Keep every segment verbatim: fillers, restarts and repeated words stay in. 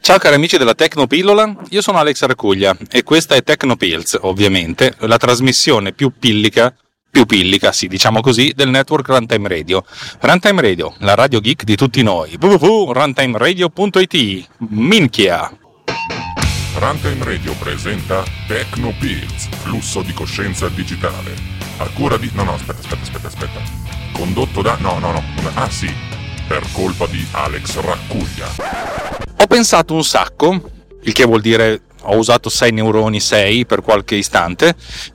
Ciao cari amici della Tecnopillola, io sono Alex Racuglia e questa è Tecnopills, ovviamente, la trasmissione più pillica, più pillica, sì, diciamo così, del network Runtime Radio. Runtime Radio, la radio geek di tutti noi. w w w punto runtime radio punto i t. Minchia! Runtime Radio presenta Tecnopills, flusso di coscienza digitale. A cura di... No, no, aspetta, aspetta, aspetta, aspetta. Condotto da... No, no, no. Ah, sì. Per colpa di Alex Racuglia. Ho pensato un sacco, il che vuol dire ho usato sei neuroni, sei per qualche istante,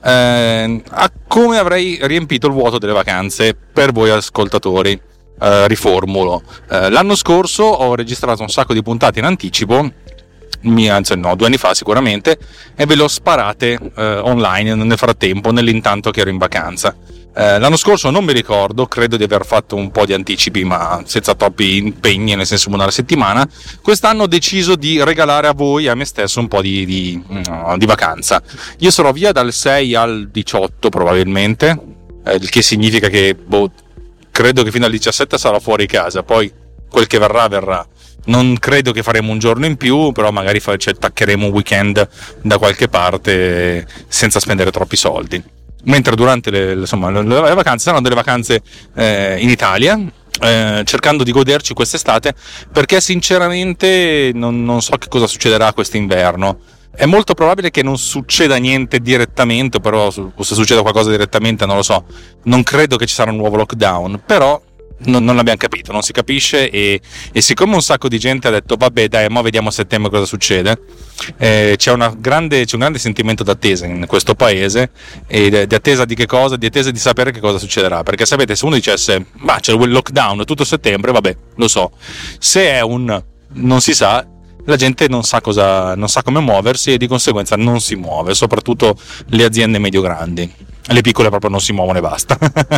eh, a come avrei riempito il vuoto delle vacanze per voi ascoltatori. Eh, riformulo. Eh, l'anno scorso ho registrato un sacco di puntate in anticipo, anzi no, due anni fa sicuramente, e ve le ho sparate eh, online nel frattempo, nell'intanto che ero in vacanza. Eh, l'anno scorso non mi ricordo, credo di aver fatto un po' di anticipi ma senza troppi impegni, nel senso una alla settimana. Quest'anno ho deciso di regalare a voi e a me stesso un po' di, di, no, di vacanza. Io sarò via dal sei al diciotto probabilmente, eh, il che significa che boh, credo che fino al diciassette sarò fuori casa, poi quel che verrà verrà. Non credo che faremo un giorno in più, però magari fa, ci attaccheremo un weekend da qualche parte senza spendere troppi soldi. Mentre durante le, insomma, le, le vacanze saranno delle vacanze eh, in Italia, eh, cercando di goderci quest'estate, perché sinceramente non, non so che cosa succederà quest'inverno. È molto probabile che non succeda niente direttamente, però se succede qualcosa direttamente non lo so. Non credo che ci sarà un nuovo lockdown, però non, non l'abbiamo capito, non si capisce, e, e siccome un sacco di gente ha detto vabbè dai, mo vediamo a settembre cosa succede, eh, c'è, una grande, c'è un grande sentimento d'attesa in questo paese, e di attesa di che cosa? Di attesa di sapere che cosa succederà, perché sapete, se uno dicesse ma c'è il lockdown tutto settembre, vabbè, lo so, se è un non si sa, la gente non sa cosa, non sa come muoversi e di conseguenza non si muove, soprattutto le aziende medio-grandi. Le piccole proprio non si muovono e basta.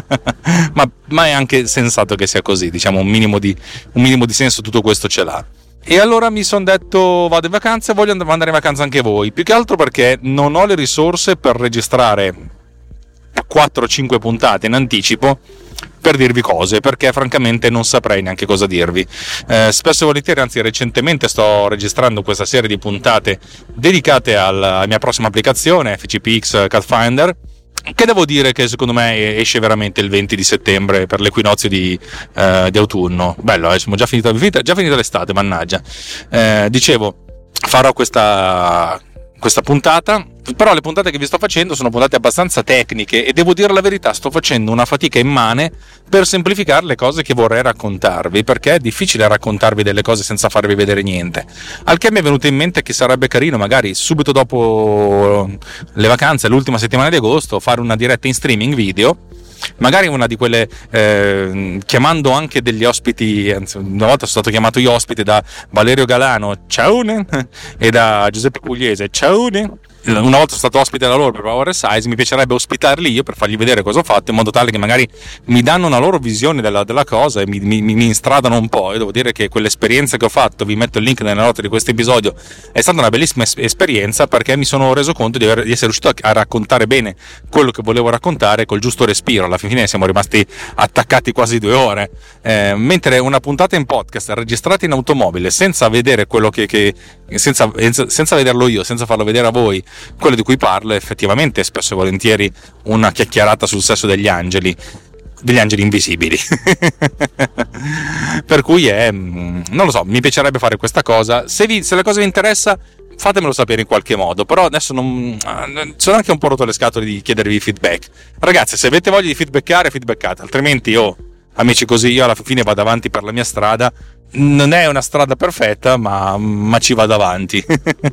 ma, ma è anche sensato che sia così, diciamo un minimo di, un minimo di senso tutto questo ce l'ha. E allora mi sono detto vado in vacanza e voglio andare in vacanza anche voi, più che altro perché non ho le risorse per registrare quattro cinque puntate in anticipo per dirvi cose, perché francamente non saprei neanche cosa dirvi. Eh, spesso e volentieri, anzi recentemente sto registrando questa serie di puntate dedicate alla mia prossima applicazione F C P X Cat Finder, che devo dire che secondo me esce veramente il venti di settembre per l'equinozio di, eh, di autunno. Bello, eh, siamo già finita, già finita l'estate, mannaggia. Eh, dicevo, farò questa questa puntata, però le puntate che vi sto facendo sono puntate abbastanza tecniche e devo dire la verità, sto facendo una fatica immane per semplificare le cose che vorrei raccontarvi, perché è difficile raccontarvi delle cose senza farvi vedere niente, al che mi è venuto in mente che sarebbe carino magari subito dopo le vacanze, l'ultima settimana di agosto, fare una diretta in streaming video, magari una di quelle eh, chiamando anche degli ospiti. Anzi, una volta sono stato chiamato io ospite da Valerio Galano, ciaone, e da Giuseppe Pugliese, ciaone. Una volta sono stato ospite da loro per Power Size, mi piacerebbe ospitarli io per fargli vedere cosa ho fatto, in modo tale che magari mi danno una loro visione della, della cosa e mi, mi, mi instradano un po'. E devo dire che quell'esperienza che ho fatto, vi metto il link nelle note di questo episodio, è stata una bellissima es- esperienza, perché mi sono reso conto di, aver, di essere riuscito a, a raccontare bene quello che volevo raccontare col giusto respiro. Alla fine siamo rimasti attaccati quasi due ore, eh, mentre una puntata in podcast registrata in automobile senza vedere quello che, che senza, senza vederlo io, senza farlo vedere a voi quello di cui parlo, effettivamente spesso e volentieri una chiacchierata sul sesso degli angeli degli angeli invisibili. Per cui è, non lo so, mi piacerebbe fare questa cosa. Se, vi, se la cosa vi interessa, fatemelo sapere in qualche modo, però adesso non sono anche un po' rotto le scatole di chiedervi feedback. Ragazzi, se avete voglia di feedbackare, feedbackate, altrimenti io, amici, così io alla fine vado avanti per la mia strada. Non è una strada perfetta, ma, ma ci vado avanti.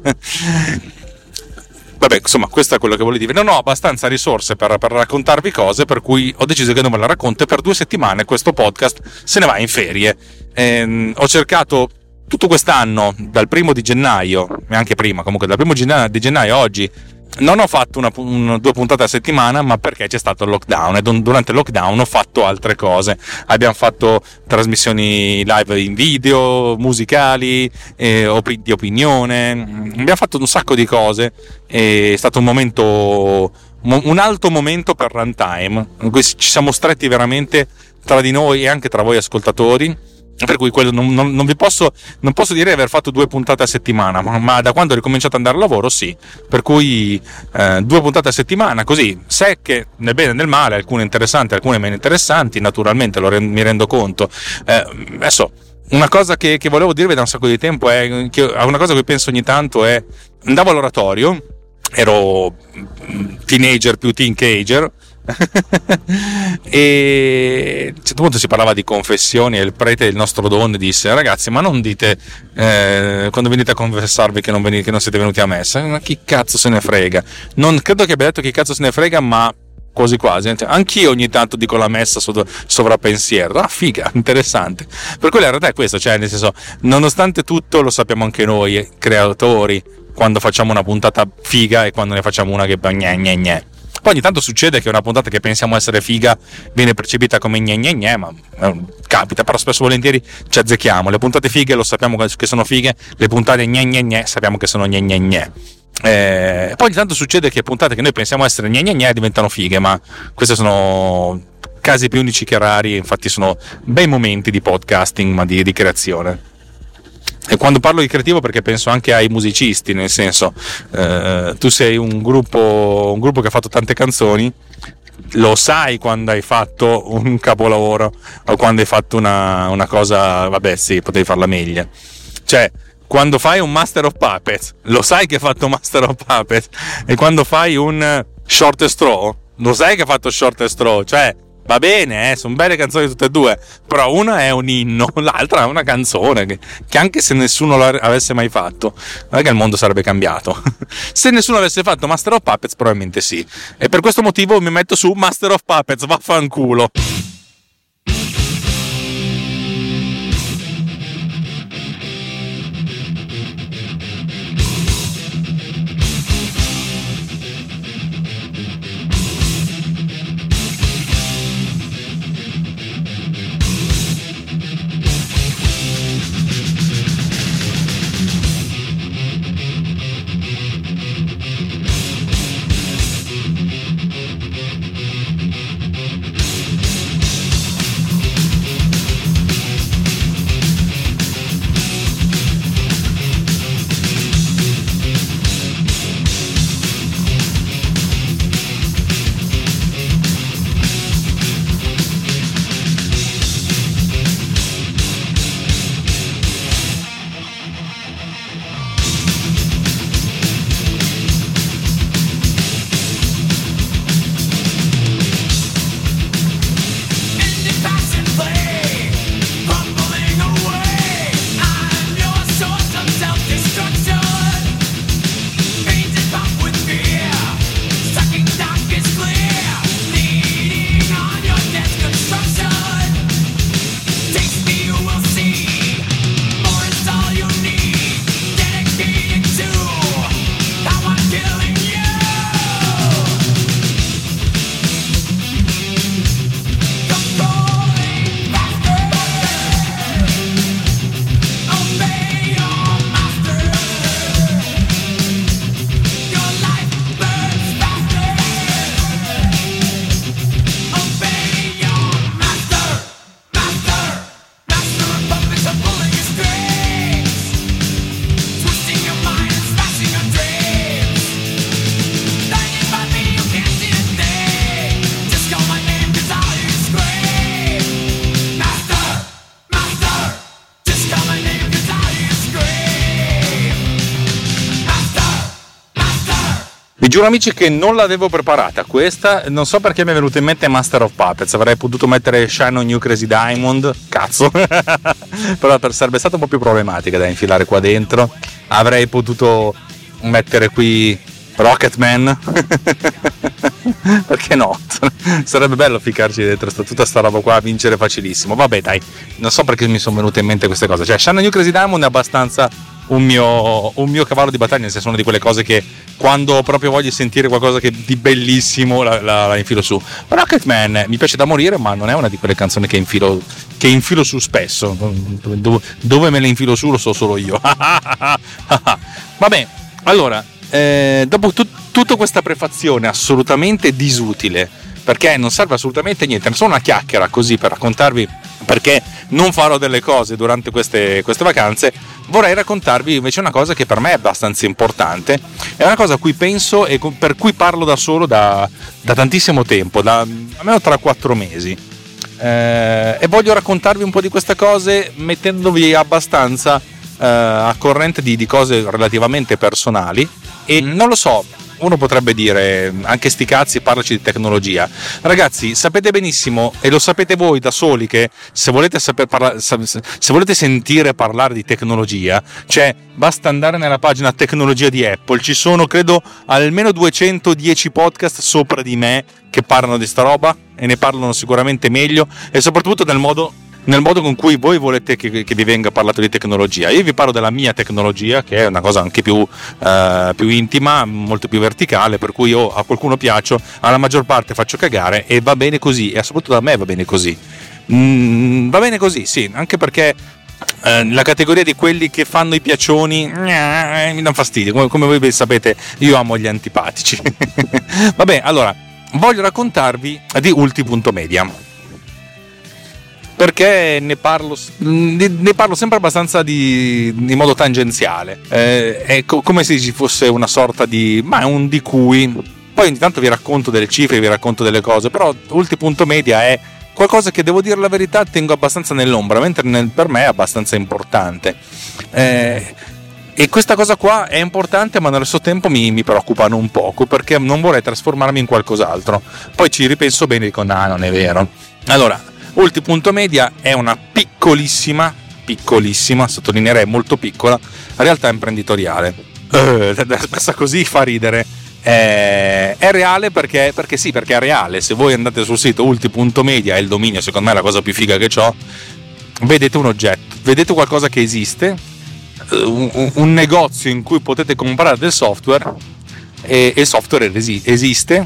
Vabbè, insomma, questo è quello che volevo dire. Non ho abbastanza risorse per, per raccontarvi cose, per cui ho deciso che non ve la racconto, e per due settimane questo podcast se ne va in ferie. Ehm, ho cercato tutto quest'anno, dal primo di gennaio, e anche prima, comunque dal primo di gennaio a oggi, non ho fatto una, una, due puntate a settimana, ma perché c'è stato il lockdown, e durante il lockdown ho fatto altre cose. Abbiamo fatto trasmissioni live in video, musicali, eh, op- di opinione, abbiamo fatto un sacco di cose. È stato un momento, un alto momento per Runtime, in cui ci siamo stretti veramente tra di noi e anche tra voi ascoltatori, per cui quello non, non, non vi posso non posso dire di aver fatto due puntate a settimana, ma, ma da quando ho ricominciato ad andare al lavoro sì, per cui eh, due puntate a settimana, così secche, nel bene e nel male, alcune interessanti, alcune meno interessanti, naturalmente lo re- mi rendo conto. Eh, adesso una cosa che, che volevo dirvi da un sacco di tempo è che una cosa che penso ogni tanto è: andavo all'oratorio, ero teenager più teenager e a un certo punto si parlava di confessioni e il prete del nostro Don disse: ragazzi, ma non dite eh, quando venite a confessarvi che non, venite, che non siete venuti a messa. Ma chi cazzo se ne frega? Non credo che abbia detto chi cazzo se ne frega, ma quasi quasi. Anch'io ogni tanto dico la messa sotto sovrappensiero. Ah, figa, interessante. Per cui la realtà è questa, cioè nel senso, nonostante tutto, lo sappiamo anche noi creatori, quando facciamo una puntata figa e quando ne facciamo una che gne gne gne. Poi ogni tanto succede che una puntata che pensiamo essere figa viene percepita come gne gne gne, ma eh, capita, però spesso volentieri ci azzecchiamo. Le puntate fighe lo sappiamo che sono fighe, le puntate gne gne gne sappiamo che sono gne gne gne. Eh, poi ogni tanto succede che puntate che noi pensiamo essere gne gne gne diventano fighe, ma questi sono casi più unici che rari, infatti sono bei momenti di podcasting, ma di, di creazione. E quando parlo di creativo, perché penso anche ai musicisti, nel senso, eh, tu sei un gruppo, un gruppo che ha fatto tante canzoni, lo sai quando hai fatto un capolavoro o quando hai fatto una, una cosa, vabbè sì, potevi farla meglio. Cioè, quando fai un Master of Puppets, lo sai che hai fatto Master of Puppets, e quando fai un Short Straw, lo sai che hai fatto Short Straw, cioè va bene, eh, sono belle canzoni tutte e due, però una è un inno, l'altra è una canzone che, che anche se nessuno l'avesse mai fatto, non è che il mondo sarebbe cambiato. Se nessuno avesse fatto Master of Puppets, probabilmente sì. E per questo motivo mi metto su Master of Puppets, vaffanculo. Vi giuro amici che non l'avevo preparata questa, non so perché mi è venuto in mente Master of Puppets, avrei potuto mettere Shine on You Crazy Diamond, cazzo, però sarebbe stata un po' più problematica da infilare qua dentro, avrei potuto mettere qui Rocketman, perché no? Sarebbe bello ficcarci dentro tutta sta roba qua, vincere facilissimo. Vabbè dai, non so perché mi sono venute in mente queste cose, cioè Shine on You Crazy Diamond è abbastanza un mio, un mio cavallo di battaglia, nel senso una di quelle cose che quando proprio voglio sentire qualcosa che di bellissimo la, la, la infilo su. Rocketman mi piace da morire, ma non è una di quelle canzoni che infilo, che infilo su spesso, dove, dove me le infilo su lo so solo io. Vabbè, allora eh, dopo tut, tutta questa prefazione assolutamente disutile perché non serve assolutamente niente, è solo una chiacchiera così per raccontarvi perché non farò delle cose durante queste, queste vacanze. Vorrei raccontarvi invece una cosa che per me è abbastanza importante, è una cosa a cui penso e per cui parlo da solo da, da tantissimo tempo, da almeno tra quattro mesi, eh, e voglio raccontarvi un po' di queste cose mettendovi abbastanza eh, a corrente di, di cose relativamente personali. E non lo so, uno potrebbe dire anche sti cazzi, parlaci di tecnologia. Ragazzi, sapete benissimo, e lo sapete voi da soli, che se volete saper parla- se volete sentire parlare di tecnologia, cioè basta andare nella pagina tecnologia di Apple, ci sono credo almeno duecentodieci podcast sopra di me che parlano di sta roba, e ne parlano sicuramente meglio e soprattutto nel modo nel modo con cui voi volete che, che vi venga parlato di tecnologia. Io vi parlo della mia tecnologia, che è una cosa anche più, uh, più intima, molto più verticale, per cui io a qualcuno piaccio, alla maggior parte faccio cagare, e va bene così, e soprattutto a me va bene così. Mm, va bene così, sì, anche perché eh, la categoria di quelli che fanno i piaccioni eh, mi dà fastidio, come, come voi ben sapete io amo gli antipatici. Vabbè, allora, voglio raccontarvi di Ulti.media, perché ne parlo, ne parlo sempre abbastanza di, di modo tangenziale, eh, è co- come se ci fosse una sorta di, ma è un di cui, poi ogni tanto vi racconto delle cifre, vi racconto delle cose, però Ulti.media è qualcosa che, devo dire la verità, tengo abbastanza nell'ombra, mentre nel, per me è abbastanza importante, eh, e questa cosa qua è importante, ma nello stesso tempo mi, mi preoccupano un poco, perché non vorrei trasformarmi in qualcos'altro. Poi ci ripenso bene e dico no, non è vero. Allora, Ulti.media è una piccolissima, piccolissima, sottolineerei molto piccola, realtà imprenditoriale. Eh, spesso così fa ridere. Eh, è reale perché, perché sì, perché è reale. Se voi andate sul sito Ulti.media, è il dominio, secondo me è la cosa più figa che ho, vedete un oggetto, vedete qualcosa che esiste, un, un negozio in cui potete comprare del software, e il software esi- esiste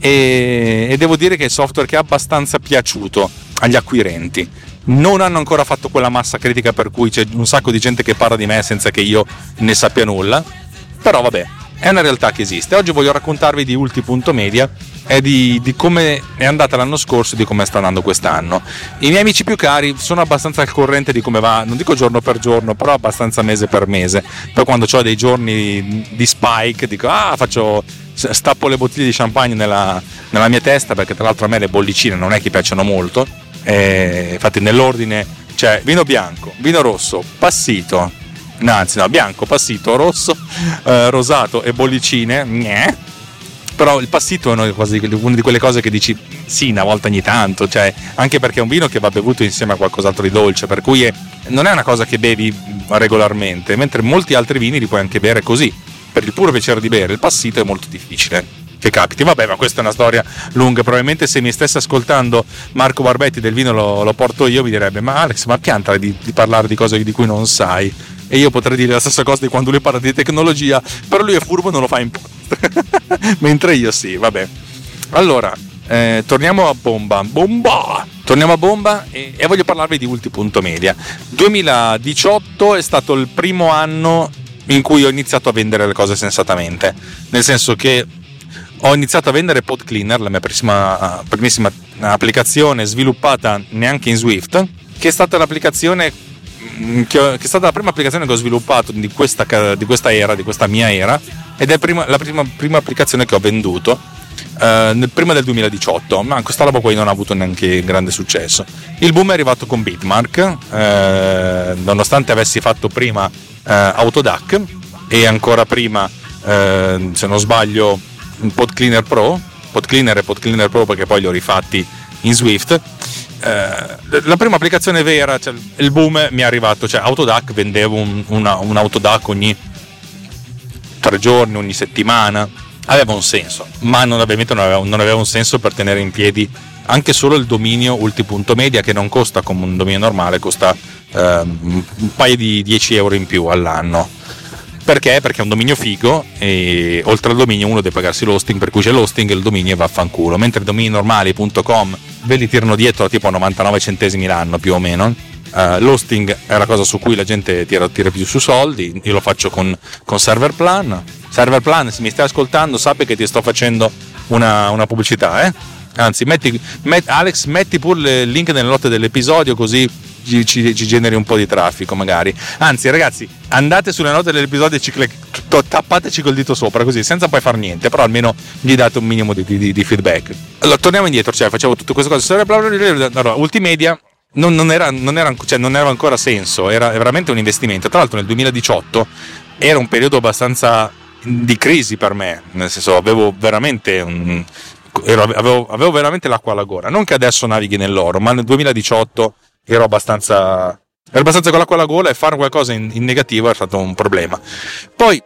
e, e devo dire che è il software che è abbastanza piaciuto agli acquirenti. Non hanno ancora fatto quella massa critica per cui c'è un sacco di gente che parla di me senza che io ne sappia nulla, però vabbè, è una realtà che esiste. Oggi voglio raccontarvi di Ulti.media e di, di come è andata l'anno scorso e di come sta andando quest'anno. I miei amici più cari sono abbastanza al corrente di come va, non dico giorno per giorno, però abbastanza mese per mese. Poi quando ho dei giorni di spike dico ah, faccio stappo le bottiglie di champagne nella, nella mia testa, perché tra l'altro a me le bollicine non è che piacciono molto, e infatti nell'ordine c'è vino bianco, vino rosso, passito, no, anzi no, bianco, passito, rosso, eh, rosato e bollicine. Nheh. Però il passito è una, quasi, una di quelle cose che dici sì, una volta ogni tanto, cioè, anche perché è un vino che va bevuto insieme a qualcos'altro di dolce, per cui è, non è una cosa che bevi regolarmente, mentre molti altri vini li puoi anche bere così, per il puro piacere di bere. Il passito è molto difficile che capiti. Vabbè, ma questa è una storia lunga, probabilmente se mi stesse ascoltando Marco Barbetti del vino lo, lo porto io, mi direbbe ma Alex, ma pianta di, di parlare di cose di cui non sai, e io potrei dire la stessa cosa di quando lui parla di tecnologia, però lui è furbo e non lo fa in podcast mentre io sì. Vabbè, allora eh, torniamo a bomba bomba torniamo a bomba e, e voglio parlarvi di Ulti.media. duemiladiciotto è stato il primo anno in cui ho iniziato a vendere le cose sensatamente, nel senso che ho iniziato a vendere Pod Cleaner, la mia primissima, primissima applicazione sviluppata neanche in Swift, che è stata l'applicazione che, ho, che è stata la prima applicazione che ho sviluppato di questa, di questa era, di questa mia era, ed è prima, la prima, prima applicazione che ho venduto eh, nel, prima del duemiladiciotto, ma questa roba poi non ha avuto neanche grande successo. Il boom è arrivato con Bitmark, eh, nonostante avessi fatto prima eh, Autodac e ancora prima, eh, se non sbaglio, Pod Cleaner Pro, Pod Cleaner e Pod Cleaner Pro perché poi li ho rifatti in Swift. Eh, la prima applicazione vera, cioè, il boom mi è arrivato, cioè Autodac vendevo un, una, un Autodac ogni tre giorni, ogni settimana, aveva un senso, ma non, ovviamente non aveva, non aveva un senso per tenere in piedi anche solo il dominio Ulti.media, che non costa come un dominio normale, costa eh, un paio di dieci euro in più all'anno. Perché? Perché è un dominio figo e oltre al dominio uno deve pagarsi l'hosting, per cui c'è l'hosting e il dominio e vaffanculo, mentre i domini normali .com ve li tirano dietro tipo a novantanove centesimi l'anno più o meno. Uh, l'hosting è la cosa su cui la gente tira, tira più su soldi. Io lo faccio con, con Serverplan. Serverplan, se mi stai ascoltando sappi che ti sto facendo una, una pubblicità, eh? Anzi, metti, met, Alex, metti pure il link nelle note dell'episodio, così ci, ci, ci generi un po' di traffico magari. Anzi ragazzi, andate sulle note dell'episodio e ci clic- tappateci col dito sopra, così, senza poi far niente, però almeno gli date un minimo di, di, di feedback. Allora torniamo indietro, cioè facevo tutte queste cose. Allora, Ultimedia non, non, era, non, era, cioè, non aveva ancora senso, era veramente un investimento. Tra l'altro nel duemiladiciotto era un periodo abbastanza di crisi per me, nel senso avevo veramente un, ero, avevo, avevo veramente l'acqua alla gola. Non che adesso navighi nell'oro, ma nel duemiladiciotto ero abbastanza ero abbastanza con l'acqua alla gola, e fare qualcosa in, in negativo è stato un problema. Poi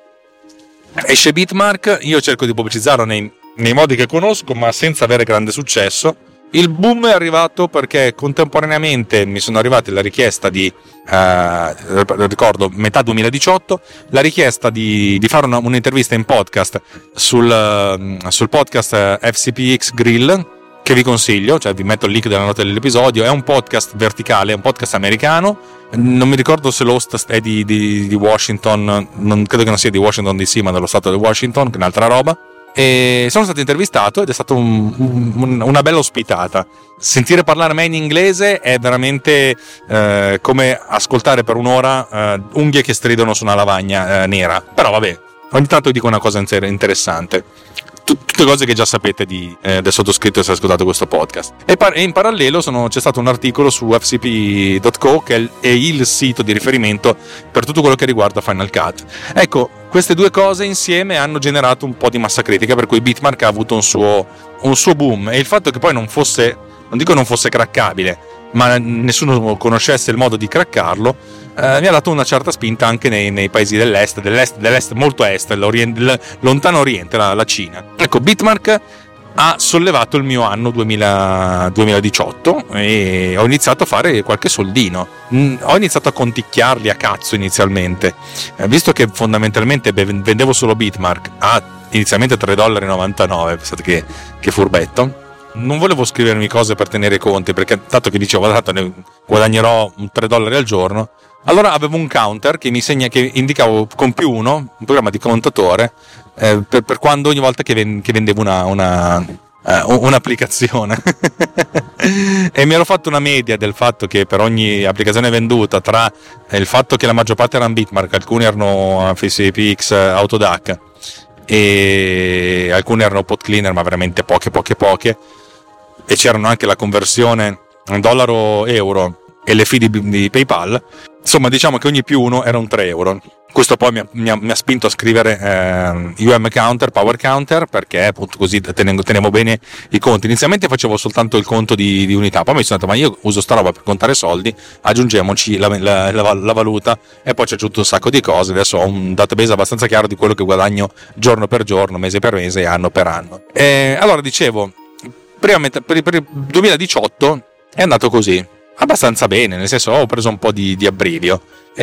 esce Bitmark, io cerco di pubblicizzarlo nei, nei modi che conosco, ma senza avere grande successo. Il boom è arrivato perché contemporaneamente mi sono arrivate la richiesta di, eh, ricordo, metà duemiladiciotto, la richiesta di, di fare una, un'intervista in podcast sul, sul podcast F C P X Grill, che vi consiglio, cioè vi metto il link della nota dell'episodio. È un podcast verticale, è un podcast americano, non mi ricordo se l'host è di, di, di Washington, non credo che non sia di Washington D C, ma dello stato di Washington, che è un'altra roba. E sono stato intervistato ed è stata un, un, una bella ospitata. Sentire parlare me in inglese è veramente eh, come ascoltare per un'ora eh, unghie che stridono su una lavagna eh, nera. Però vabbè, ogni tanto dico una cosa interessante. Tutte cose che già sapete di, eh, del sottoscritto se ascoltate questo podcast. E, par- e in parallelo sono, c'è stato un articolo su F C P punto co, che è il, è il sito di riferimento per tutto quello che riguarda Final Cut. Ecco, queste due cose insieme hanno generato un po' di massa critica, per cui Bitmark ha avuto un suo, un suo boom. E il fatto che poi non fosse, non dico non fosse craccabile, ma nessuno conoscesse il modo di craccarlo, eh, mi ha dato una certa spinta anche nei, nei paesi dell'est, dell'est, dell'est molto est, il lontano oriente, la, la Cina. Ecco, Bitmark ha sollevato il mio anno duemila, duemiladiciotto e ho iniziato a fare qualche soldino. Mm, ho iniziato a conticchiarli a cazzo inizialmente, eh, visto che fondamentalmente vendevo solo Bitmark a inizialmente tre virgola novantanove dollari, pensate che, che furbetto. Non volevo scrivermi cose per tenere i conti, perché tanto che dicevo, tanto ne guadagnerò tre dollari al giorno. Allora avevo un counter che mi segna, che indicavo con più uno, un programma di contatore, eh, per, per quando ogni volta che, ven, che vendevo una, una, eh, un'applicazione. E mi ero fatto una media del fatto che per ogni applicazione venduta, tra il fatto che la maggior parte erano Bitmark, alcuni erano F C P X Autodac e alcuni erano Pod Cleaner, ma veramente poche poche poche, e c'erano anche la conversione dollaro-euro e le fee di, di PayPal. Insomma, diciamo che ogni più uno era un tre euro. Questo poi mi ha, mi ha, mi ha spinto a scrivere eh, U M Counter, Power Counter, perché appunto così tenevo, tenevo bene i conti. Inizialmente facevo soltanto il conto di, di unità, poi mi sono detto, ma io uso sta roba per contare soldi, aggiungiamoci la, la, la, la valuta, e poi ci ho aggiunto un sacco di cose. Adesso ho un database abbastanza chiaro di quello che guadagno giorno per giorno, mese per mese e anno per anno. E allora dicevo, prima, per, per il duemiladiciotto è andato così, abbastanza bene, nel senso ho preso un po' di, di abbrivio,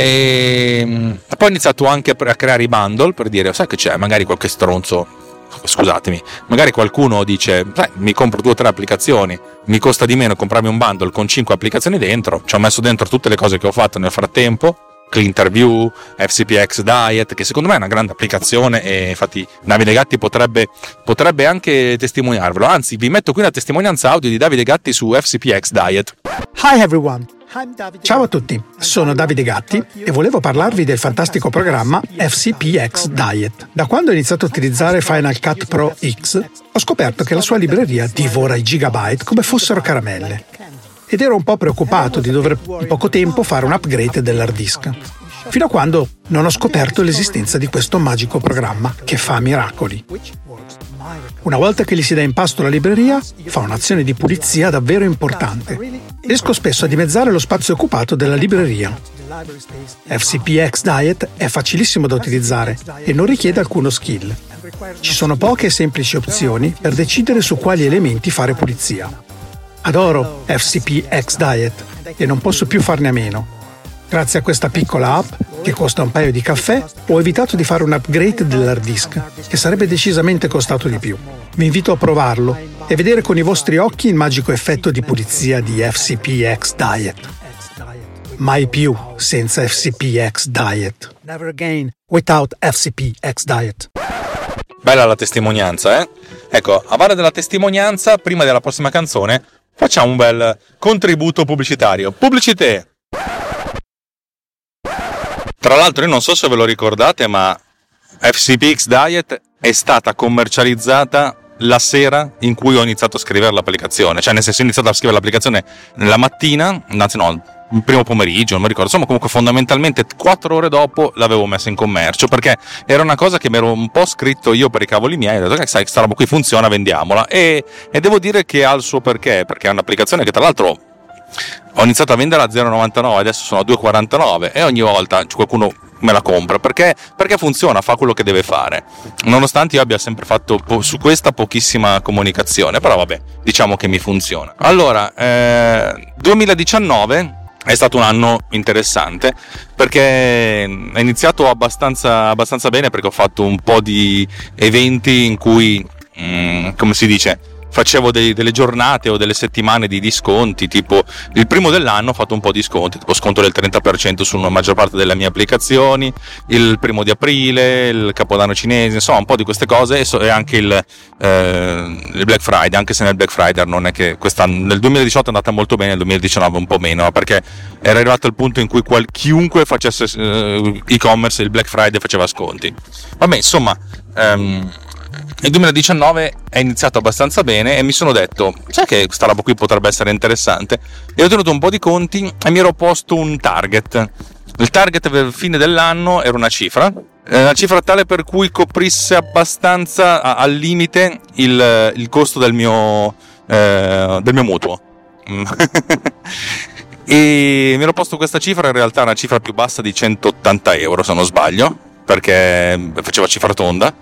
e poi ho iniziato anche a creare i bundle per dire, sai che c'è, magari qualche stronzo, scusatemi, magari qualcuno dice, sai, mi compro due o tre applicazioni, mi costa di meno comprarmi un bundle con cinque applicazioni dentro. Ci ho messo dentro tutte le cose che ho fatto nel frattempo, Clinterview, F C P X Diet, che secondo me è una grande applicazione, e infatti Davide Gatti potrebbe, potrebbe anche testimoniarvelo. Anzi, vi metto qui una testimonianza audio di Davide Gatti su F C P X Diet. Hi everyone. Ciao a tutti, sono Davide Gatti e volevo parlarvi del fantastico programma F C P X Diet. Da quando ho iniziato a utilizzare Final Cut Pro X, ho scoperto che la sua libreria divora i gigabyte come fossero caramelle. Ed ero un po' preoccupato di dover in poco tempo fare un upgrade dell'hard disk, fino a quando non ho scoperto l'esistenza di questo magico programma che fa miracoli. Una volta che gli si dà in pasto la libreria, fa un'azione di pulizia davvero importante. Riesco spesso a dimezzare lo spazio occupato della libreria. F C P X Diet è facilissimo da utilizzare e non richiede alcuno skill. Ci sono poche e semplici opzioni per decidere su quali elementi fare pulizia. Adoro F C P X Diet e non posso più farne a meno. Grazie a questa piccola app, che costa un paio di caffè, ho evitato di fare un upgrade dell'hard disk, che sarebbe decisamente costato di più. Vi invito a provarlo e vedere con i vostri occhi il magico effetto di pulizia di F C P X Diet. Mai più senza F C P X Diet. Never again without F C P X Diet. Bella la testimonianza, eh? Ecco, a valle della testimonianza, prima della prossima canzone, facciamo un bel contributo pubblicitario. Pubblicità! Tra l'altro, io non so se ve lo ricordate, ma F C P X Diet è stata commercializzata la sera in cui ho iniziato a scrivere l'applicazione. Cioè, nel senso, ho iniziato a scrivere l'applicazione la mattina, anzi no, il primo pomeriggio, non mi ricordo, insomma comunque fondamentalmente quattro ore dopo l'avevo messa in commercio, perché era una cosa che mi ero un po' scritto io per i cavoli miei, ho detto che sai, questa roba qui funziona, vendiamola, e, e devo dire che ha il suo perché, perché è un'applicazione che tra l'altro ho iniziato a vendere a zero virgola novantanove, adesso sono a due virgola quarantanove e ogni volta qualcuno me la compra perché, perché funziona, fa quello che deve fare, nonostante io abbia sempre fatto po- su questa pochissima comunicazione, però vabbè, diciamo che mi funziona. Allora, eh, duemiladiciannove è stato un anno interessante perché è iniziato abbastanza, abbastanza bene, perché ho fatto un po' di eventi in cui, mm, come si dice, facevo dei, delle giornate o delle settimane di disconti, tipo il primo dell'anno ho fatto un po' di sconti, tipo sconto del trenta per cento sulla maggior parte delle mie applicazioni, il primo di aprile, il Capodanno cinese, insomma un po' di queste cose, e, so, e anche il, eh, il Black Friday, anche se nel Black Friday non è che quest'anno, nel duemiladiciotto è andata molto bene, nel duemiladiciannove un po' meno, perché era arrivato il punto in cui qual, chiunque facesse eh, e-commerce il Black Friday faceva sconti. Vabbè, insomma, ehm, il duemiladiciannove è iniziato abbastanza bene e mi sono detto, sai che questa roba qui potrebbe essere interessante, e ho tenuto un po' di conti e mi ero posto un target. Il target per il fine dell'anno era una cifra, una cifra tale per cui coprisse abbastanza al limite il, il costo del mio, eh, del mio mutuo. E mi ero posto questa cifra, in realtà una cifra più bassa di centottanta euro se non sbaglio, perché faceva cifra tonda.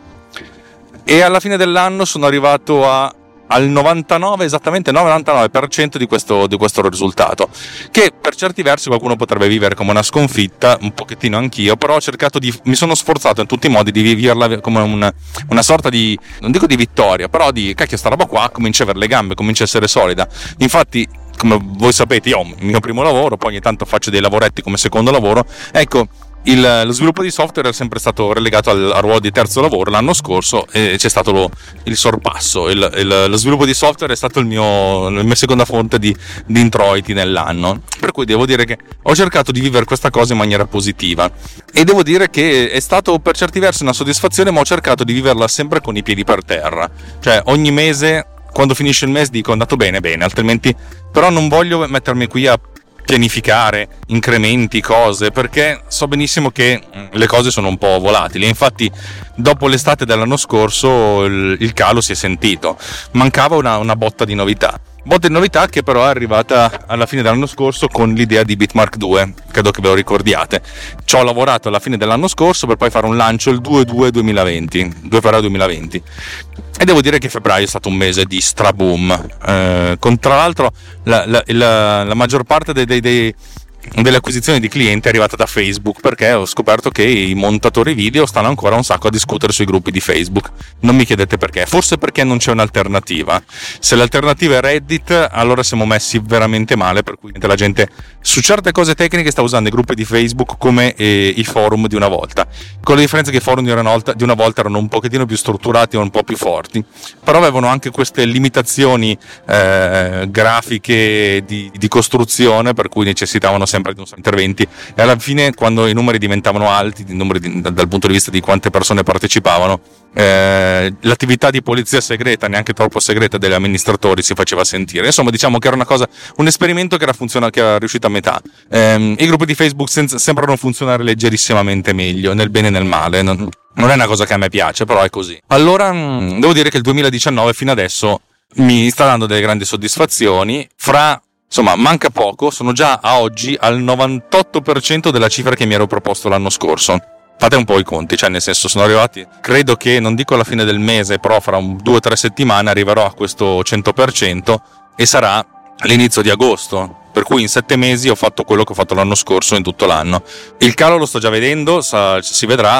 E alla fine dell'anno sono arrivato a, al novantanove, esattamente novantanove per cento di questo, di questo risultato, che per certi versi qualcuno potrebbe vivere come una sconfitta, un pochettino anch'io, però ho cercato di, mi sono sforzato in tutti i modi di viverla come una, una sorta di, non dico di vittoria, però di, cacchio, sta roba qua comincia a avere le gambe, comincia a essere solida. Infatti, come voi sapete, io ho il mio primo lavoro, poi ogni tanto faccio dei lavoretti come secondo lavoro, ecco. Il, lo sviluppo di software è sempre stato relegato al, al ruolo di terzo lavoro l'anno scorso, e c'è stato lo, il sorpasso. Il, il, lo sviluppo di software è stato il mio, la mia seconda fonte di, di introiti nell'anno, per cui devo dire che ho cercato di vivere questa cosa in maniera positiva, e devo dire che è stato per certi versi una soddisfazione, ma ho cercato di viverla sempre con i piedi per terra, cioè ogni mese, quando finisce il mese, dico andato bene bene, altrimenti però non voglio mettermi qui a pianificare incrementi, cose, perché so benissimo che le cose sono un po' volatili. Infatti dopo l'estate dell'anno scorso il, il calo si è sentito, mancava una, una botta di novità botta di novità che però è arrivata alla fine dell'anno scorso con l'idea di Bitmark due, credo che ve lo ricordiate. Ci ho lavorato alla fine dell'anno scorso per poi fare un lancio il due due duemilaventi, due febbraio duemilaventi, e devo dire che febbraio è stato un mese di straboom, eh, con tra l'altro la, la, la, la maggior parte dei, dei, dei delle acquisizioni di clienti è arrivata da Facebook, perché ho scoperto che i montatori video stanno ancora un sacco a discutere sui gruppi di Facebook. Non mi chiedete perché, forse perché non c'è un'alternativa. Se l'alternativa è Reddit, allora siamo messi veramente male, per cui la gente su certe cose tecniche sta usando i gruppi di Facebook come eh, i forum di una volta, con la differenza che i forum di una volta, di una volta erano un pochettino più strutturati e un po' più forti, però avevano anche queste limitazioni eh, grafiche di, di costruzione, per cui necessitavano sempre di un sacco di interventi, e alla fine, quando i numeri diventavano alti, i numeri di, dal punto di vista di quante persone partecipavano, eh, l'attività di polizia segreta, neanche troppo segreta, degli amministratori si faceva sentire. Insomma, diciamo che era una cosa, un esperimento che era, funziona, che era riuscito a metà. Eh, i gruppi di Facebook senza, sembrano funzionare leggerissimamente meglio, nel bene e nel male. Non, non è una cosa che a me piace, però è così. Allora, mh, devo dire che il duemiladiciannove fino adesso mi sta dando delle grandi soddisfazioni. Fra Insomma, manca poco, sono già a oggi al novantotto per cento della cifra che mi ero proposto l'anno scorso. Fate un po' i conti, cioè nel senso, sono arrivati, credo che, non dico alla fine del mese, però fra un due o tre settimane arriverò a questo cento per cento e sarà all'inizio di agosto. Per cui in sette mesi ho fatto quello che ho fatto l'anno scorso in tutto l'anno. Il calo lo sto già vedendo, sa, si vedrà.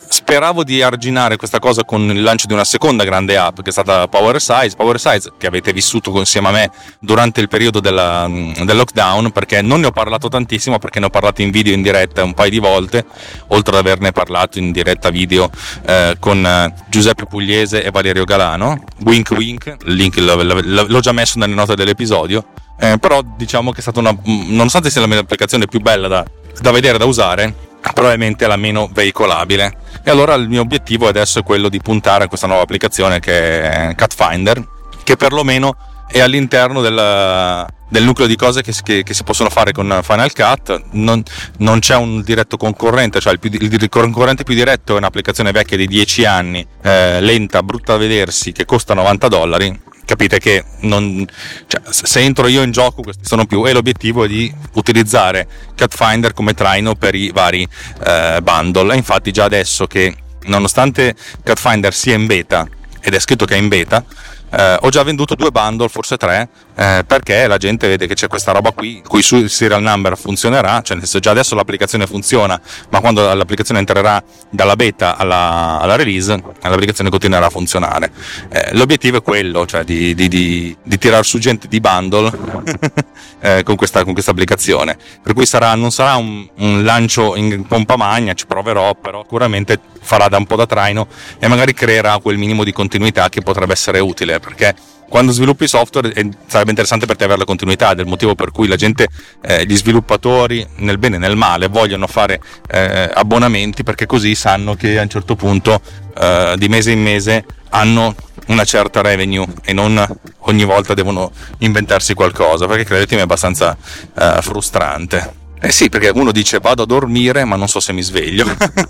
speravo di arginare questa cosa con il lancio di una seconda grande app che è stata PowerSize, PowerSize che avete vissuto insieme a me durante il periodo della, del lockdown, perché non ne ho parlato tantissimo, perché ne ho parlato in video in diretta un paio di volte, oltre ad averne parlato in diretta video eh, con Giuseppe Pugliese e Valerio Galano. Wink wink, il link l'ho già messo nelle note dell'episodio, eh, però diciamo che è stata una, nonostante sia la mia applicazione più bella da, da vedere, da usare, probabilmente la meno veicolabile. E allora il mio obiettivo adesso è quello di puntare a questa nuova applicazione che è Cut Finder, che perlomeno è all'interno del, del nucleo di cose che, che, che si possono fare con Final Cut. Non, non c'è un diretto concorrente, cioè il, più, il concorrente più diretto è un'applicazione vecchia di dieci anni, eh, lenta, brutta da vedersi, che costa novanta dollari. Capite che non, cioè, se entro io in gioco questi sono più, e l'obiettivo è di utilizzare Cut Finder come traino per i vari eh, bundle. E infatti già adesso che, nonostante Cut Finder sia in beta, ed è scritto che è in beta, eh, ho già venduto due bundle, forse tre, eh, perché la gente vede che c'è questa roba qui, cui su serial number funzionerà, cioè nel senso già adesso l'applicazione funziona, ma quando l'applicazione entrerà dalla beta alla, alla release, l'applicazione continuerà a funzionare. Eh, l'obiettivo è quello, cioè di, di, di, di tirar su gente di bundle eh, con questa con questa applicazione, per cui sarà, non sarà un, un lancio in pompa magna, ci proverò, però sicuramente farà da un po' da traino e magari creerà quel minimo di continuità che potrebbe essere utile, perché quando sviluppi software è, sarebbe interessante per te avere la continuità, del motivo per cui la gente, eh, gli sviluppatori nel bene e nel male vogliono fare eh, abbonamenti, perché così sanno che a un certo punto eh, di mese in mese hanno una certa revenue e non ogni volta devono inventarsi qualcosa, perché credetemi è abbastanza eh, frustrante. Eh sì, perché uno dice vado a dormire ma non so se mi sveglio.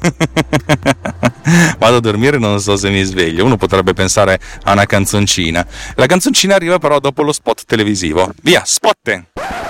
Vado a dormire e non so se mi sveglio. Uno potrebbe pensare a una canzoncina. La canzoncina arriva però dopo lo spot televisivo. Via, spot!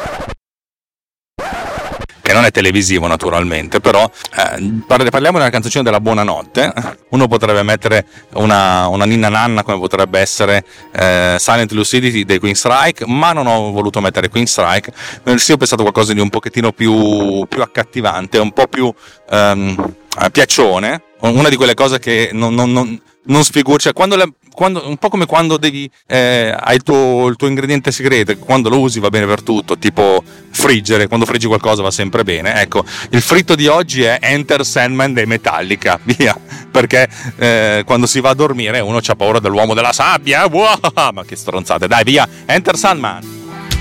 Che non è televisivo naturalmente, però eh, parliamo di una canzoncina della buonanotte. Uno potrebbe mettere una, una ninna nanna, come potrebbe essere eh, Silent Lucidity dei Queen Strike, ma non ho voluto mettere Queen Strike, sì, ho pensato a qualcosa di un pochettino più, più accattivante, un po' più ehm, piaccione, una di quelle cose che non, non, non, non sfigura, cioè quando, le, quando un po' come quando devi eh, hai il tuo, il tuo ingrediente segreto, quando lo usi va bene per tutto, tipo friggere, quando friggi qualcosa va sempre bene. Ecco, il fritto di oggi è Enter Sandman dei Metallica, via, perché eh, quando si va a dormire uno c'ha paura dell'uomo della sabbia, wow, ma che stronzate, dai, via, Enter Sandman.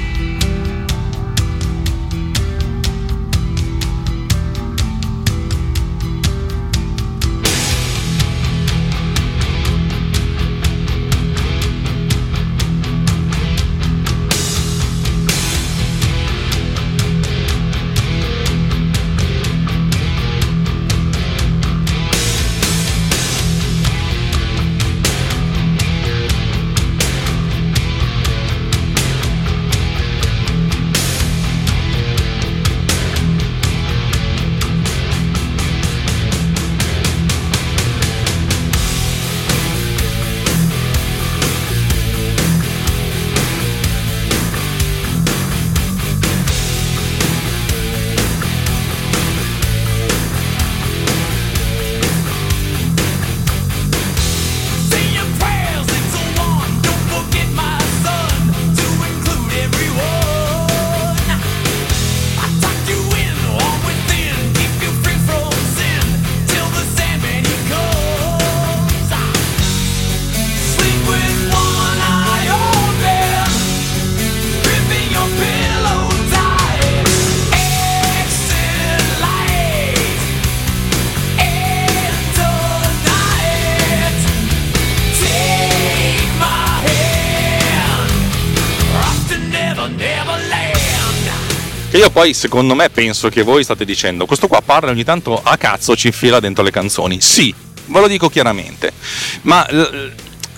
Che io poi, secondo me, penso che voi state dicendo questo qua parla ogni tanto a cazzo, ci infila dentro le canzoni. Sì, ve lo dico chiaramente, ma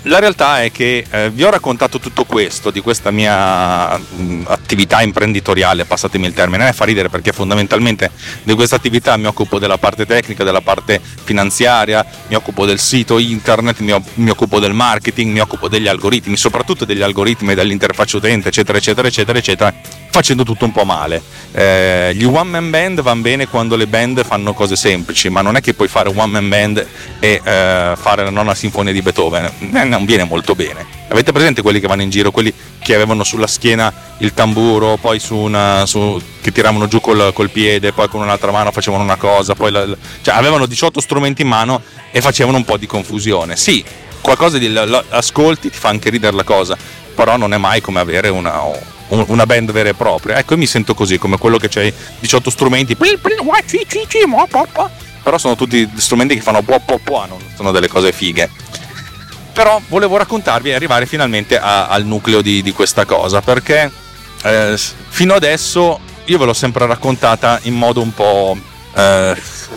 la realtà è che eh, vi ho raccontato tutto questo di questa mia mh, attività imprenditoriale, passatemi il termine, eh, fa ridere perché fondamentalmente di questa attività mi occupo della parte tecnica, della parte finanziaria, mi occupo del sito internet, mi, o- mi occupo del marketing, mi occupo degli algoritmi, soprattutto degli algoritmi, dell'interfaccia utente, eccetera eccetera eccetera eccetera, facendo tutto un po' male. Eh, gli one man band vanno bene quando le band fanno cose semplici, ma non è che puoi fare un one man band e eh, fare la nona sinfonia di Beethoven, eh, non viene molto bene. Avete presente quelli che vanno in giro, quelli che avevano sulla schiena il tamburo, poi su una su, che tiravano giù col, col piede, poi con un'altra mano facevano una cosa, poi la, cioè avevano diciotto strumenti in mano e facevano un po' di confusione. Sì, qualcosa di ascolti, ti fa anche ridere la cosa, però non è mai come avere una, una band vera e propria. Ecco, io mi sento così, come quello che c'hai diciotto strumenti, però sono tutti strumenti che fanno po po po, non sono delle cose fighe. Però volevo raccontarvi e arrivare finalmente a, al nucleo di, di questa cosa, perché eh, fino adesso io ve l'ho sempre raccontata in modo un po' eh,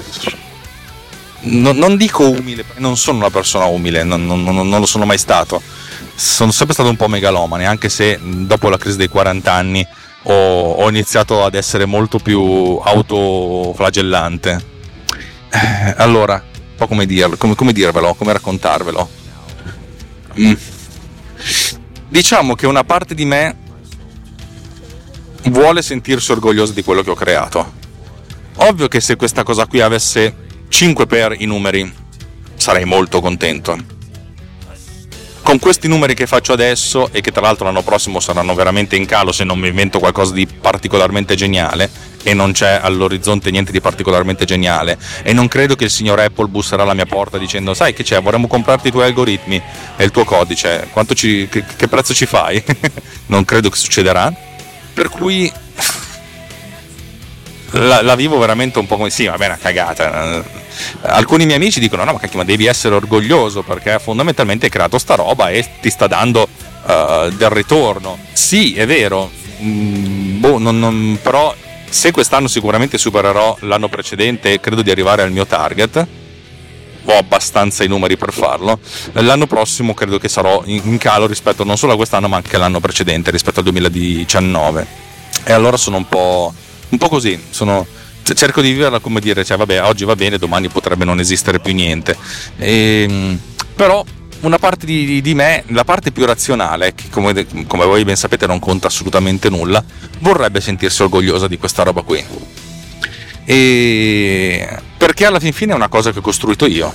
non, non dico umile, perché non sono una persona umile, non, non, non lo sono mai stato, sono sempre stato un po' megalomane, anche se dopo la crisi dei quaranta anni ho, ho iniziato ad essere molto più autoflagellante. Eh, allora, un po' come dirlo, come, come dirvelo, come raccontarvelo. Mm. Diciamo che una parte di me vuole sentirsi orgoglioso di quello che ho creato. Ovvio che se questa cosa qui avesse cinque per i numeri sarei molto contento. Con questi numeri che faccio adesso, e che tra l'altro l'anno prossimo saranno veramente in calo se non mi invento qualcosa di particolarmente geniale, e non c'è all'orizzonte niente di particolarmente geniale, e non credo che il signor Apple busserà alla mia porta dicendo: sai che c'è, vorremmo comprarti i tuoi algoritmi e il tuo codice, quanto ci, che, che prezzo ci fai? Non credo che succederà, per cui la, la vivo veramente un po' come sì, va bene, una cagata. Alcuni miei amici dicono: no, ma cacchio, ma devi essere orgoglioso perché fondamentalmente hai creato sta roba e ti sta dando uh, del ritorno. Sì, è vero, mm, boh, non, non, però se quest'anno sicuramente supererò l'anno precedente e credo di arrivare al mio target, ho abbastanza i numeri per farlo, l'anno prossimo credo che sarò in calo rispetto non solo a quest'anno ma anche all'anno precedente, rispetto al duemiladiciannove, e allora sono un po', un po' così, sono, cerco di viverla come dire, cioè vabbè, oggi va bene, domani potrebbe non esistere più niente, e, però una parte di, di me, la parte più razionale, che come, come voi ben sapete non conta assolutamente nulla, vorrebbe sentirsi orgogliosa di questa roba qui. E perché alla fin fine è una cosa che ho costruito io.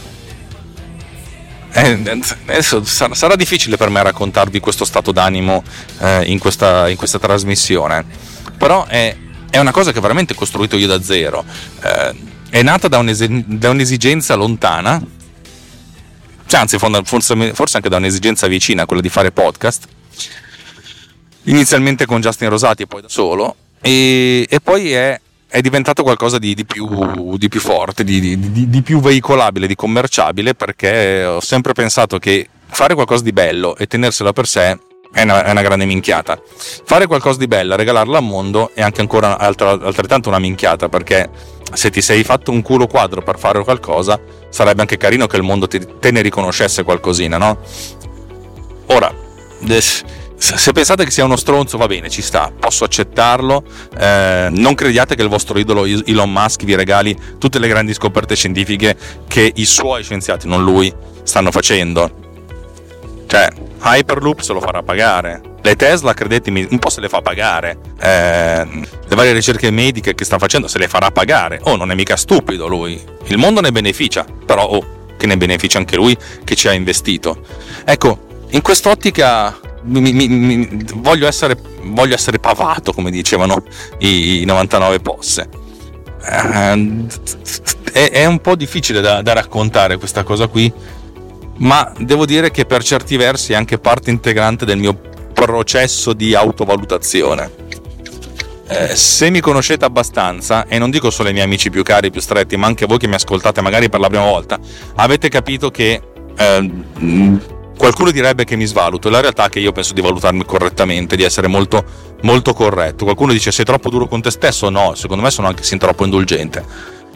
E adesso sarà, sarà difficile per me raccontarvi questo stato d'animo eh, in, questa, in questa trasmissione, però è, è una cosa che ho veramente costruito io da zero. Eh, è nata da, un'es- da un'esigenza lontana, cioè, anzi forse, forse anche da un'esigenza vicina, quella di fare podcast, inizialmente con Justin Rosati e poi da solo, e, e poi è, è diventato qualcosa di, di, più, di più forte, di, di, di più veicolabile, di commerciabile, perché ho sempre pensato che fare qualcosa di bello e tenersela per sé è una, è una grande minchiata. Fare qualcosa di bello, regalarla al mondo è anche ancora altra, altrettanto una minchiata, perché se ti sei fatto un culo quadro per fare qualcosa, sarebbe anche carino che il mondo ti, te ne riconoscesse qualcosina, no? Ora, se pensate che sia uno stronzo, va bene, ci sta, posso accettarlo, eh, non crediate che il vostro idolo Elon Musk vi regali tutte le grandi scoperte scientifiche che i suoi scienziati, non lui, stanno facendo. Cioè, Hyperloop se lo farà pagare, le Tesla, credetemi, un po' se le fa pagare, eh, le varie ricerche mediche che sta facendo se le farà pagare. Oh, non è mica stupido lui, il mondo ne beneficia, però oh, che ne beneficia anche lui che ci ha investito. Ecco, in quest'ottica mi, mi, mi, voglio essere voglio essere pavato, come dicevano i, i novantanove posse. Eh, è, è un po' difficile da, da raccontare questa cosa qui, ma devo dire che per certi versi è anche parte integrante del mio processo di autovalutazione. Eh, se mi conoscete abbastanza, e non dico solo i miei amici più cari, più stretti, ma anche voi che mi ascoltate magari per la prima volta, avete capito che eh, qualcuno direbbe che mi svaluto, la realtà è che io penso di valutarmi correttamente, di essere molto, molto corretto. Qualcuno dice: sei troppo duro con te stesso? No, secondo me sono anche sin troppo indulgente.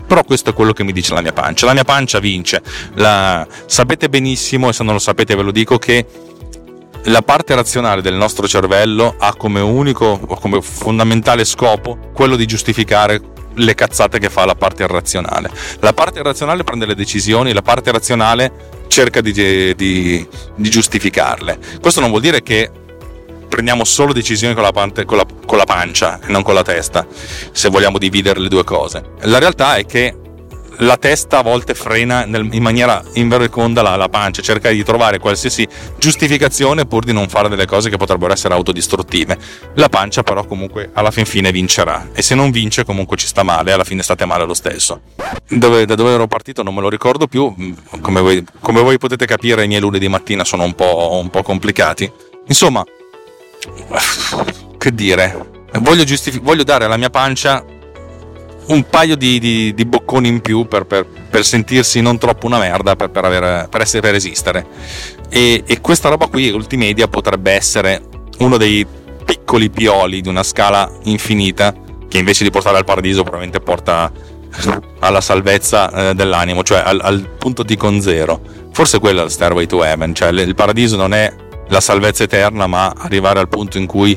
Però questo è quello che mi dice la mia pancia. La mia pancia vince. La... Sapete benissimo, e se non lo sapete ve lo dico, che la parte razionale del nostro cervello ha come unico o come fondamentale scopo quello di giustificare le cazzate che fa la parte irrazionale. La parte irrazionale prende le decisioni, la parte razionale cerca di, di, di giustificarle. Questo non vuol dire che prendiamo solo decisioni con la, parte, con, la, con la pancia e non con la testa, se vogliamo dividere le due cose. La realtà è che la testa a volte frena nel, in maniera invereconda la, la pancia, cerca di trovare qualsiasi giustificazione pur di non fare delle cose che potrebbero essere autodistruttive. La pancia però comunque alla fin fine vincerà, e se non vince comunque ci sta male, alla fine state male lo stesso. Dove, da dove ero partito non me lo ricordo più, come voi, come voi potete capire i miei lunedì mattina sono un po', un po' complicati. Insomma, che dire, voglio, giustific- voglio dare alla mia pancia un paio di, di, di bocconi in più per, per, per sentirsi non troppo una merda, per, per, avere, per, essere, per resistere, e, e questa roba qui, Ultimedia, potrebbe essere uno dei piccoli pioli di una scala infinita che invece di portare al paradiso probabilmente porta alla salvezza eh, dell'animo, cioè al, al punto T con zero. Forse quello è il Stairway to Heaven, cioè il paradiso non è la salvezza eterna, ma arrivare al punto in cui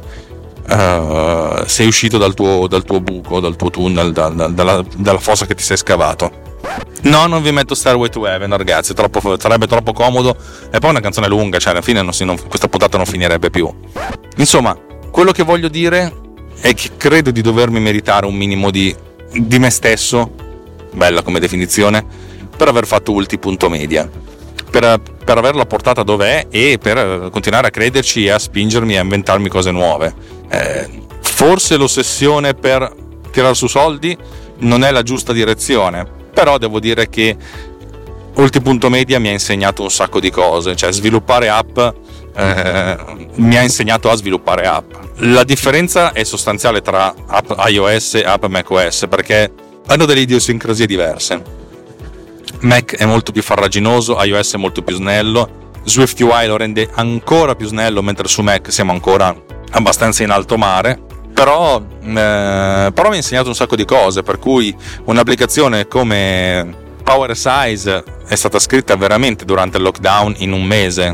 uh, sei uscito dal tuo, dal tuo buco, dal tuo tunnel, da, da, dalla, dalla fossa che ti sei scavato. No, non vi metto Stairway to Heaven, ragazzi, troppo, sarebbe troppo comodo, e poi è una canzone lunga, cioè alla fine non si, non, questa puntata non finirebbe più. Insomma, quello che voglio dire è che credo di dovermi meritare un minimo di, di me stesso, bella come definizione, per aver fatto Ulti punto media, per, per averla portata dov'è e per continuare a crederci e a spingermi a inventarmi cose nuove. Eh, forse l'ossessione per tirare su soldi non è la giusta direzione, però devo dire che Ulti punto media mi ha insegnato un sacco di cose, cioè sviluppare app eh, mi ha insegnato a sviluppare app. La differenza è sostanziale tra app iOS e app macOS, perché hanno delle idiosincrasie diverse. Mac è molto più farraginoso, iOS è molto più snello, SwiftUI lo rende ancora più snello, mentre su Mac siamo ancora abbastanza in alto mare. Però, eh, però mi ha insegnato un sacco di cose, per cui un'applicazione come Power Size è stata scritta veramente durante il lockdown in un mese.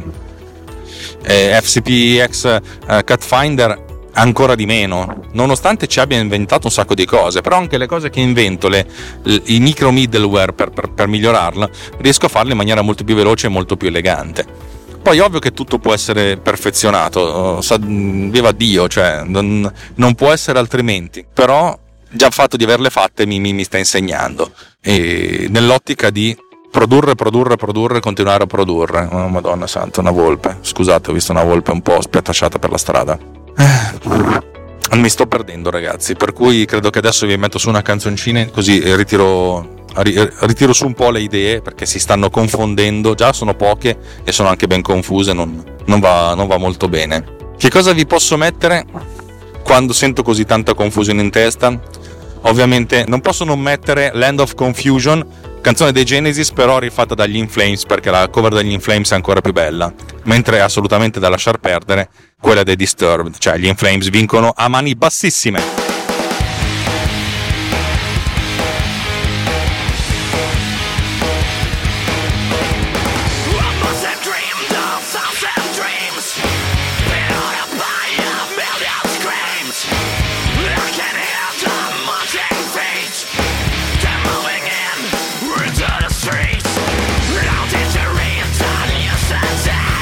eh, F C P X eh, Cut Finder ancora di meno, nonostante ci abbia inventato un sacco di cose. Però anche le cose che invento, le, le, i micro middleware per, per, per migliorarla, riesco a farle in maniera molto più veloce e molto più elegante. Poi ovvio che tutto può essere perfezionato, viva Dio, cioè non, non può essere altrimenti, però già il fatto di averle fatte mi, mi, mi sta insegnando, e nell'ottica di produrre, produrre, produrre, continuare a produrre. Oh, Madonna santa, una volpe, scusate, ho visto una volpe un po' spiattasciata per la strada. Eh, mi sto perdendo, ragazzi, per cui credo che adesso vi metto su una canzoncina, così ritiro... ritiro su un po' le idee, perché si stanno confondendo, già sono poche e sono anche ben confuse, non, non, va, non va molto bene. Che cosa vi posso mettere quando sento così tanta confusione in testa? Ovviamente non posso non mettere Land of Confusion, canzone dei Genesis, però rifatta dagli In Flames, perché la cover degli In Flames è ancora più bella, mentre è assolutamente da lasciar perdere quella dei Disturbed, cioè gli In Flames vincono a mani bassissime.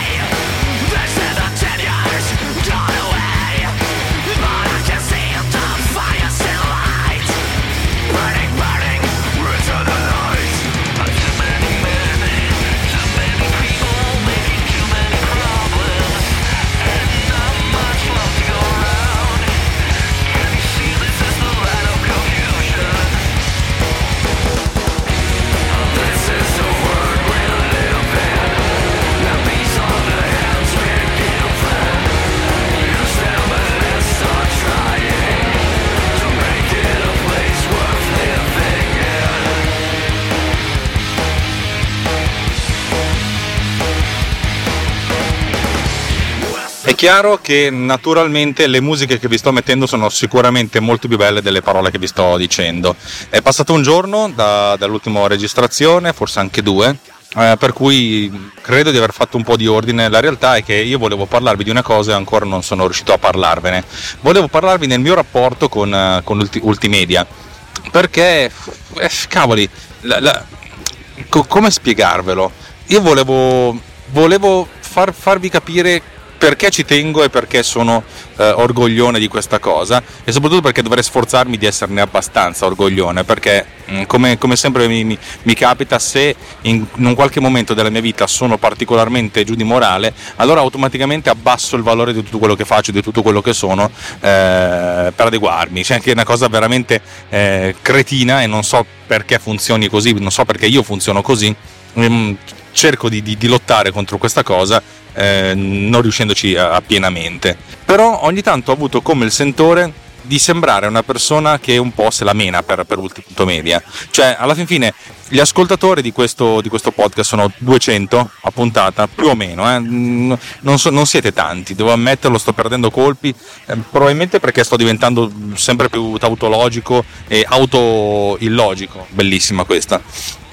Gone away, but I can see the È chiaro che naturalmente le musiche che vi sto mettendo sono sicuramente molto più belle delle parole che vi sto dicendo. È passato un giorno da, dall'ultima registrazione, forse anche due, eh, per cui credo di aver fatto un po' di ordine. La realtà è che io volevo parlarvi di una cosa e ancora non sono riuscito a parlarvene. Volevo parlarvi del mio rapporto con, con Ulti, Ultimedia, perché, eh, cavoli, la, la, co- come spiegarvelo? Io volevo, volevo far, farvi capire perché ci tengo e perché sono eh, orgoglione di questa cosa, e soprattutto perché dovrei sforzarmi di esserne abbastanza orgoglione, perché mh, come, come sempre mi, mi, mi capita, se in, in un qualche momento della mia vita sono particolarmente giù di morale, allora automaticamente abbasso il valore di tutto quello che faccio, di tutto quello che sono, eh, per adeguarmi. C'è anche una cosa veramente eh, cretina, e non so perché funzioni così, non so perché io funziono così. Mh, cerco di, di, di lottare contro questa cosa, eh, non riuscendoci a, a pienamente, però ogni tanto ho avuto come il sentore di sembrare una persona che un po' se la mena per, per Ultimedia. Cioè, alla fin fine gli ascoltatori di questo, di questo podcast sono duecento a puntata, più o meno, eh. non, so, non siete tanti, devo ammetterlo, sto perdendo colpi, eh, probabilmente perché sto diventando sempre più tautologico e autoillogico. Bellissima questa.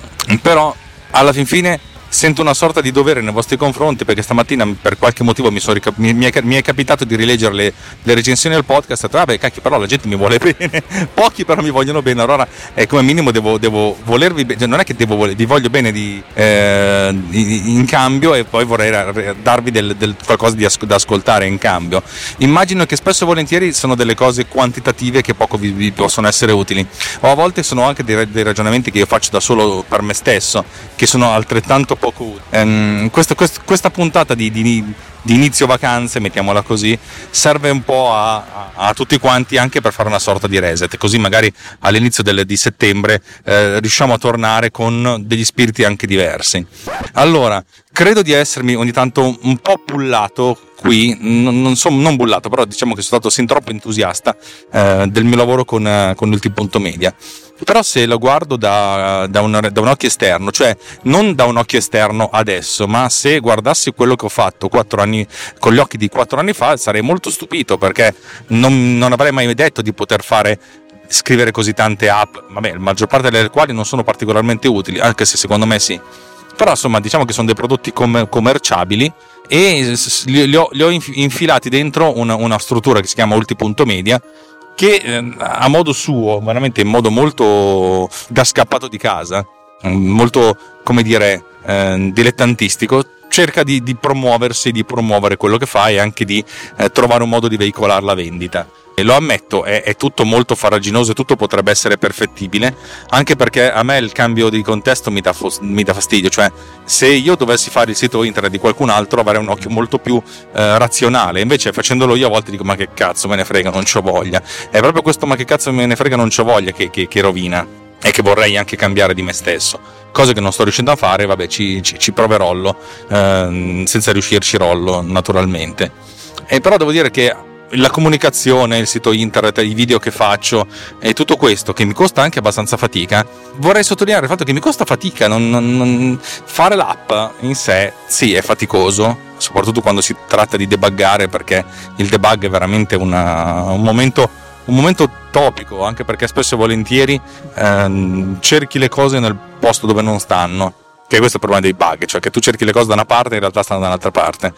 Però alla fin fine sento una sorta di dovere nei vostri confronti, perché stamattina per qualche motivo mi, sono, mi, mi, è, mi è capitato di rileggere le, le recensioni del podcast, e ho detto, vabbè, cacchio, però la gente mi vuole bene, pochi però mi vogliono bene, allora eh, come minimo devo, devo volervi bene, cioè, non è che devo voler, vi voglio bene di, eh, in cambio, e poi vorrei darvi del, del qualcosa di as, da ascoltare in cambio. Immagino che spesso e volentieri sono delle cose quantitative che poco vi, vi possono essere utili, o a volte sono anche dei, dei ragionamenti che io faccio da solo per me stesso, che sono altrettanto poco utili. Um, questo, quest, questa puntata di, di, di inizio vacanze, mettiamola così, serve un po' a, a, a tutti quanti, anche per fare una sorta di reset, così magari all'inizio del, di settembre eh, riusciamo a tornare con degli spiriti anche diversi. Allora, credo di essermi ogni tanto un po' pullato qui, non, non sono non bullato, però diciamo che sono stato sin troppo entusiasta eh, del mio lavoro con, con Ultimedia. Però se lo guardo da, da, un, da un occhio esterno, cioè non da un occhio esterno adesso, ma se guardassi quello che ho fatto quattro anni, con gli occhi di quattro anni fa, sarei molto stupito, perché non, non avrei mai detto di poter fare scrivere così tante app, vabbè, la maggior parte delle quali non sono particolarmente utili, anche se secondo me sì. Però insomma, diciamo che sono dei prodotti com- commerciabili, e li, li, ho, li ho infilati dentro una, una struttura che si chiama Ulti.media, che eh, a modo suo, veramente in modo molto da scappato di casa, molto, come dire, eh, dilettantistico, cerca di, di promuoversi, di promuovere quello che fa, e anche di eh, trovare un modo di veicolare la vendita. E lo ammetto, è, è tutto molto farraginoso, e tutto potrebbe essere perfettibile, anche perché a me il cambio di contesto mi dà, mi dà fastidio. Cioè, se io dovessi fare il sito internet di qualcun altro, avrei un occhio molto più eh, razionale, invece facendolo io a volte dico, ma che cazzo me ne frega, non c'ho voglia. È proprio questo ma che cazzo me ne frega, non c'ho voglia che, che, che rovina, e che vorrei anche cambiare di me stesso, cosa che non sto riuscendo a fare. Vabbè, ci, ci, ci proverollo, eh, senza riuscirci rollo naturalmente. E però devo dire che la comunicazione, il sito internet, i video che faccio e tutto questo, che mi costa anche abbastanza fatica, vorrei sottolineare il fatto che mi costa fatica. Non, non, non... fare l'app in sé sì è faticoso, soprattutto quando si tratta di debuggare, perché il debug è veramente una, un momento un momento topico, anche perché spesso e volentieri ehm, cerchi le cose nel posto dove non stanno, che questo è il problema dei bug, cioè che tu cerchi le cose da una parte e in realtà stanno da un'altra parte,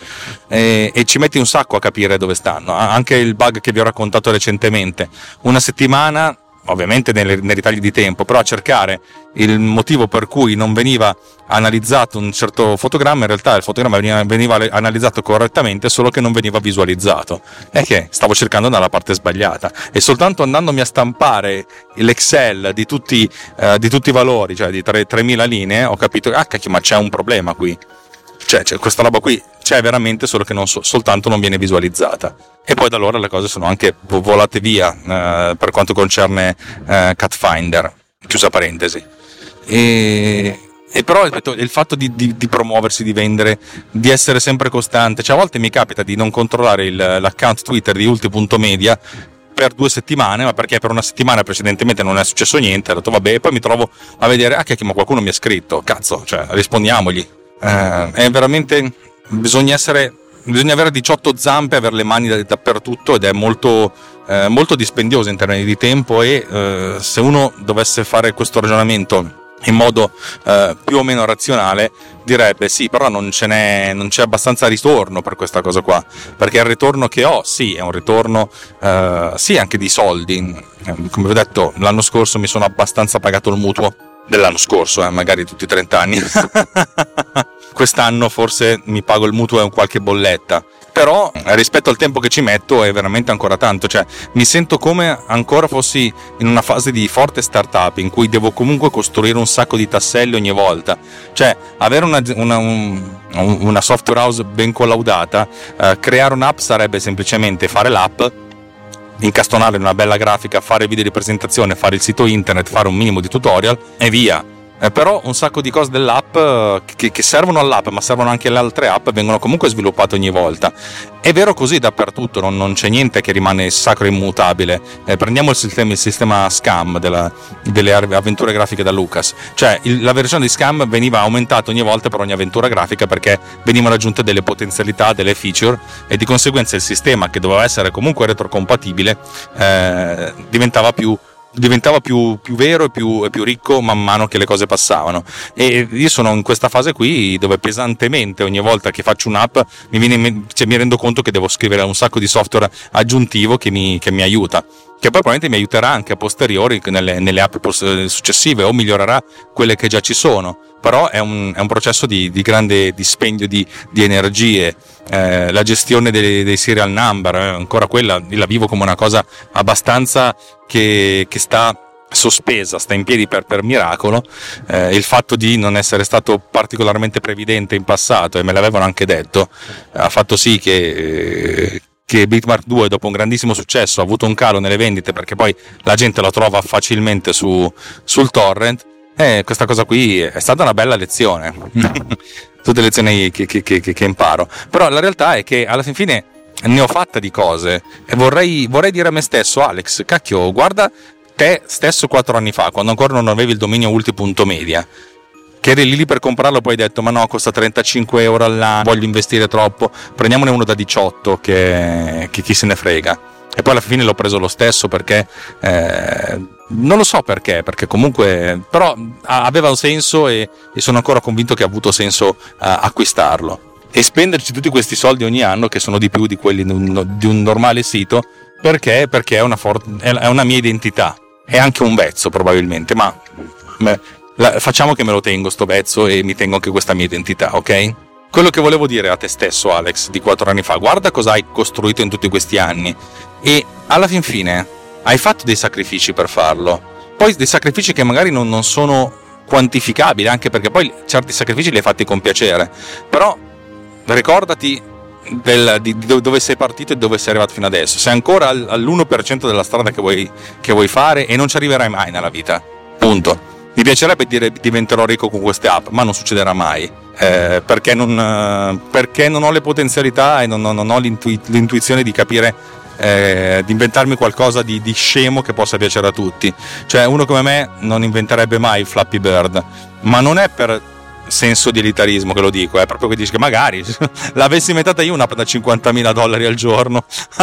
e, e ci metti un sacco a capire dove stanno. Anche il bug che vi ho raccontato recentemente, una settimana, ovviamente nei, nei ritagli di tempo, però a cercare il motivo per cui non veniva analizzato un certo fotogramma. In realtà il fotogramma veniva, veniva analizzato correttamente, solo che non veniva visualizzato, e che stavo cercando dalla parte sbagliata, e soltanto andandomi a stampare l'Excel di tutti, eh, di tutti i valori, cioè di tremila linee, ho capito, ah cacchio, ma c'è un problema qui. Cioè, cioè questa roba qui c'è veramente, solo che non so, soltanto non viene visualizzata. E poi da allora le cose sono anche volate via eh, per quanto concerne eh, Catfinder, chiusa parentesi. E, e però ripeto, il fatto di, di, di promuoversi, di vendere, di essere sempre costante, cioè a volte mi capita di non controllare il, l'account Twitter di Ulti.media per due settimane, ma perché per una settimana precedentemente non è successo niente, ho detto vabbè, e poi mi trovo a vedere, ah che ma qualcuno mi ha scritto, cazzo, cioè rispondiamogli. Eh, è veramente, bisogna essere bisogna avere diciotto zampe, avere le mani da, dappertutto, ed è molto, eh, molto dispendioso in termini di tempo, e eh, se uno dovesse fare questo ragionamento in modo eh, più o meno razionale direbbe sì, però non ce n'è, non c'è abbastanza ritorno per questa cosa qua, perché il ritorno che ho sì è un ritorno eh, sì anche di soldi. Come vi ho detto, l'anno scorso mi sono abbastanza pagato il mutuo dell'anno scorso, eh, magari tutti i trenta anni. Quest'anno forse mi pago il mutuo e qualche bolletta, però rispetto al tempo che ci metto è veramente ancora tanto. Cioè mi sento come ancora fossi in una fase di forte startup in cui devo comunque costruire un sacco di tasselli ogni volta. Cioè avere una, una, un, una software house ben collaudata, eh, creare un'app sarebbe semplicemente fare l'app, incastonare una bella grafica, fare video di presentazione, fare il sito internet, fare un minimo di tutorial e via. Eh, però un sacco di cose dell'app eh, che, che servono all'app ma servono anche alle altre app vengono comunque sviluppate ogni volta. È vero così dappertutto, non, non c'è niente che rimane sacro e immutabile. Eh, prendiamo il sistema, il sistema Scam della, delle avventure grafiche da Lucas. Cioè il, la versione di Scam veniva aumentata ogni volta per ogni avventura grafica perché venivano aggiunte delle potenzialità, delle feature, e di conseguenza il sistema, che doveva essere comunque retrocompatibile, eh, diventava più diventava più, più vero e più, e più ricco man mano che le cose passavano. E io sono in questa fase qui dove pesantemente ogni volta che faccio un'app mi, viene, cioè, mi rendo conto che devo scrivere un sacco di software aggiuntivo che mi, che mi aiuta, che poi probabilmente mi aiuterà anche a posteriori nelle, nelle app successive, o migliorerà quelle che già ci sono. Però è un, è un processo di, di grande dispendio di, di energie. Eh, la gestione dei, dei serial number, eh, ancora quella la vivo come una cosa abbastanza che, che sta sospesa, sta in piedi per, per miracolo. Eh, il fatto di non essere stato particolarmente previdente in passato, e me l'avevano anche detto, ha fatto sì che eh, che Bitmark due, dopo un grandissimo successo, ha avuto un calo nelle vendite perché poi la gente lo trova facilmente su, sul torrent. E questa cosa qui è stata una bella lezione. Tutte lezioni che, che, che, che imparo. Però la realtà è che alla fin fine ne ho fatta di cose, e vorrei, vorrei dire a me stesso: Alex, cacchio, guarda te stesso quattro anni fa, quando ancora non avevi il dominio ulti.media, che eri lì per comprarlo, poi hai detto ma no, costa trentacinque euro all'anno, voglio investire troppo, prendiamone uno da diciotto che, che chi se ne frega. E poi alla fine l'ho preso lo stesso perché eh, non lo so perché, perché comunque però aveva un senso, e, e sono ancora convinto che ha avuto senso uh, acquistarlo e spenderci tutti questi soldi ogni anno, che sono di più di quelli di un, di un normale sito, perché, perché è, una for- è una mia identità, è anche un vezzo probabilmente, ma me, la, facciamo che me lo tengo sto vezzo e mi tengo anche questa mia identità, ok? Quello che volevo dire a te stesso, Alex, di quattro anni fa: guarda cosa hai costruito in tutti questi anni, e alla fin fine hai fatto dei sacrifici per farlo, poi dei sacrifici che magari non, non sono quantificabili, anche perché poi certi sacrifici li hai fatti con piacere, però ricordati del, di, di dove sei partito e dove sei arrivato fino adesso. Sei ancora all'uno per cento della strada che vuoi, che vuoi fare, e non ci arriverai mai nella vita, punto. Mi piacerebbe dire diventerò ricco con queste app, ma non succederà mai, eh, perché, non, perché non ho le potenzialità e non, non, non ho l'intui, l'intuizione di capire, eh, di inventarmi qualcosa di, di scemo che possa piacere a tutti. Cioè uno come me non inventerebbe mai il Flappy Bird, ma non è per senso di elitarismo che lo dico, è proprio che dici che magari l'avessi inventata io un'app da cinquantamila dollari al giorno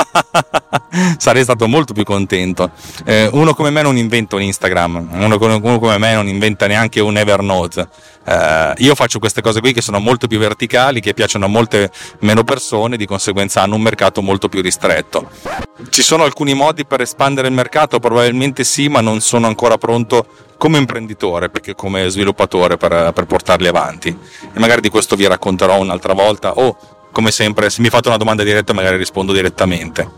sarei stato molto più contento. Eh, uno come me non inventa un Instagram, uno, uno come me non inventa neanche un Evernote. Eh, io faccio queste cose qui che sono molto più verticali, che piacciono a molte meno persone, di conseguenza hanno un mercato molto più ristretto. Ci sono alcuni modi per espandere il mercato? Probabilmente sì, ma non sono ancora pronto come imprenditore, perché come sviluppatore per, per portarli avanti, e magari di questo vi racconterò un'altra volta, o come sempre se mi fate una domanda diretta magari rispondo direttamente.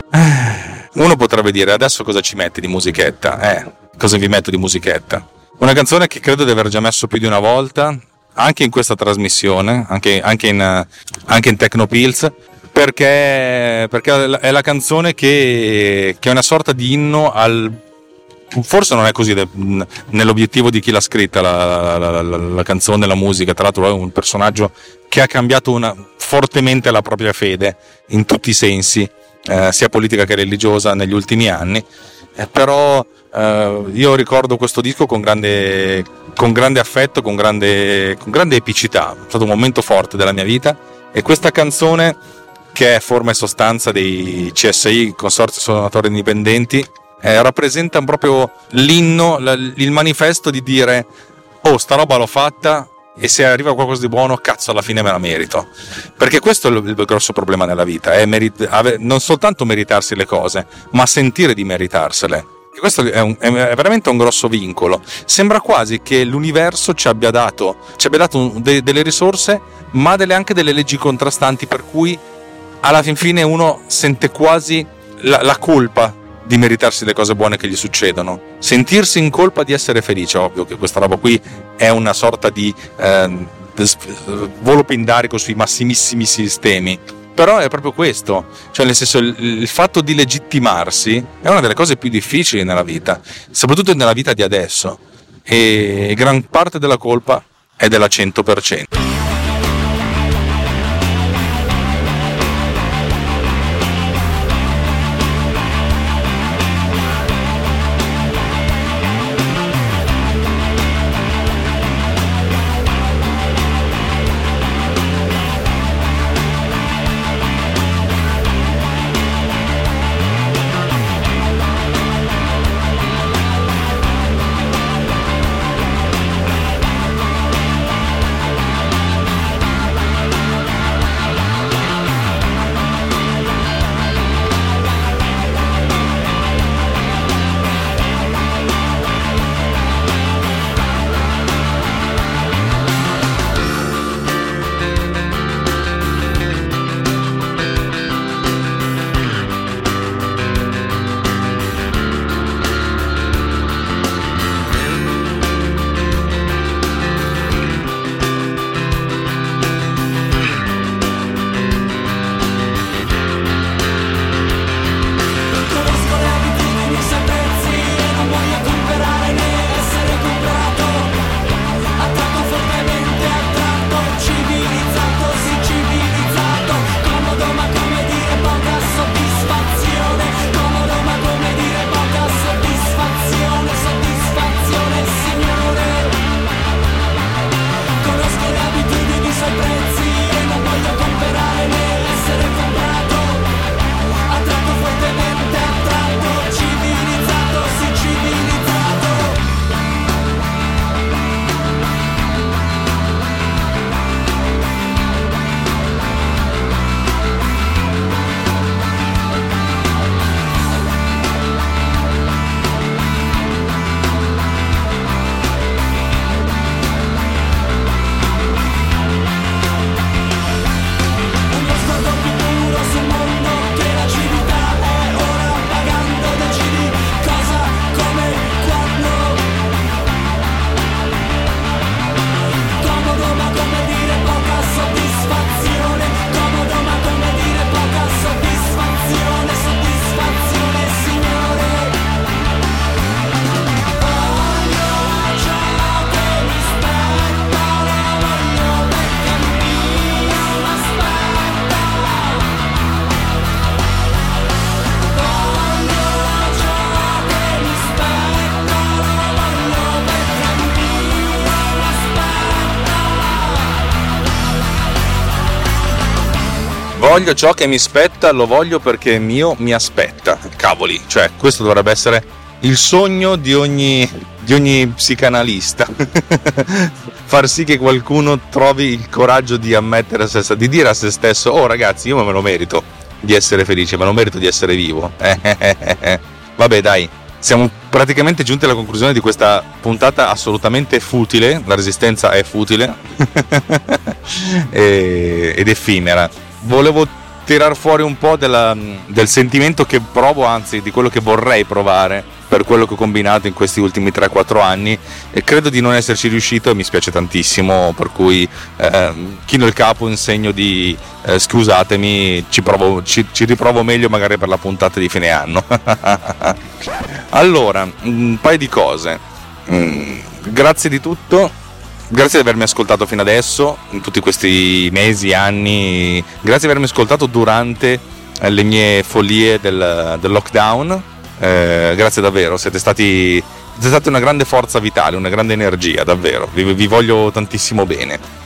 Uno potrebbe dire: adesso cosa ci metti di musichetta? Eh, cosa vi metto di musichetta? Una canzone che credo di aver già messo più di una volta, anche in questa trasmissione, anche, anche in, anche in Tecnopills, perché, perché è la canzone che, che è una sorta di inno al... Forse non è così de, nell'obiettivo di chi l'ha scritta la, la, la, la canzone, la musica. Tra l'altro è un personaggio che ha cambiato una, fortemente la propria fede in tutti i sensi, eh, sia politica che religiosa, negli ultimi anni, eh, però eh, io ricordo questo disco con grande, con grande affetto, con grande, con grande epicità. È stato un momento forte della mia vita, e questa canzone che è forma e sostanza dei C S I, Consorzi Suonatori Indipendenti, eh, rappresenta proprio l'inno, il manifesto di dire: oh, sta roba l'ho fatta, e se arriva qualcosa di buono, cazzo, alla fine me la merito. Perché questo è il, il grosso problema nella vita, è merit- ave- non soltanto meritarsi le cose, ma sentire di meritarsele. E questo è, un, è veramente un grosso vincolo. Sembra quasi che l'universo ci abbia dato, ci abbia dato un, de- delle risorse, ma delle, anche delle leggi contrastanti, per cui alla fin fine uno sente quasi la, la colpa di meritarsi le cose buone che gli succedono, sentirsi in colpa di essere felice. Ovvio che questa roba qui è una sorta di eh, volo pindarico sui massimissimi sistemi, però è proprio questo, cioè nel senso il, il fatto di legittimarsi è una delle cose più difficili nella vita, soprattutto nella vita di adesso, e gran parte della colpa è della cento per cento. Voglio ciò che mi spetta, lo voglio perché è mio, mi aspetta. Cavoli, cioè questo dovrebbe essere il sogno di ogni, di ogni psicanalista. Far sì che qualcuno trovi il coraggio di ammettere a se stesso, di dire a se stesso: oh ragazzi, io me lo merito di essere felice, me lo merito di essere vivo. Vabbè dai, siamo praticamente giunti alla conclusione di questa puntata assolutamente futile. La resistenza è futile ed effimera. Volevo tirar fuori un po' della, del sentimento che provo, anzi di quello che vorrei provare per quello che ho combinato in questi ultimi tre quattro anni, e credo di non esserci riuscito e mi spiace tantissimo, per cui eh, chino il capo in segno di eh, scusatemi, ci, provo, ci, ci riprovo meglio magari per la puntata di fine anno. Allora, un paio di cose. Mm, grazie di tutto. Grazie di avermi ascoltato fino adesso, in tutti questi mesi, anni. Grazie di avermi ascoltato durante le mie follie del, del lockdown. Eh, grazie davvero, siete stati, siete stati una grande forza vitale, una grande energia, davvero. Vi, vi voglio tantissimo bene.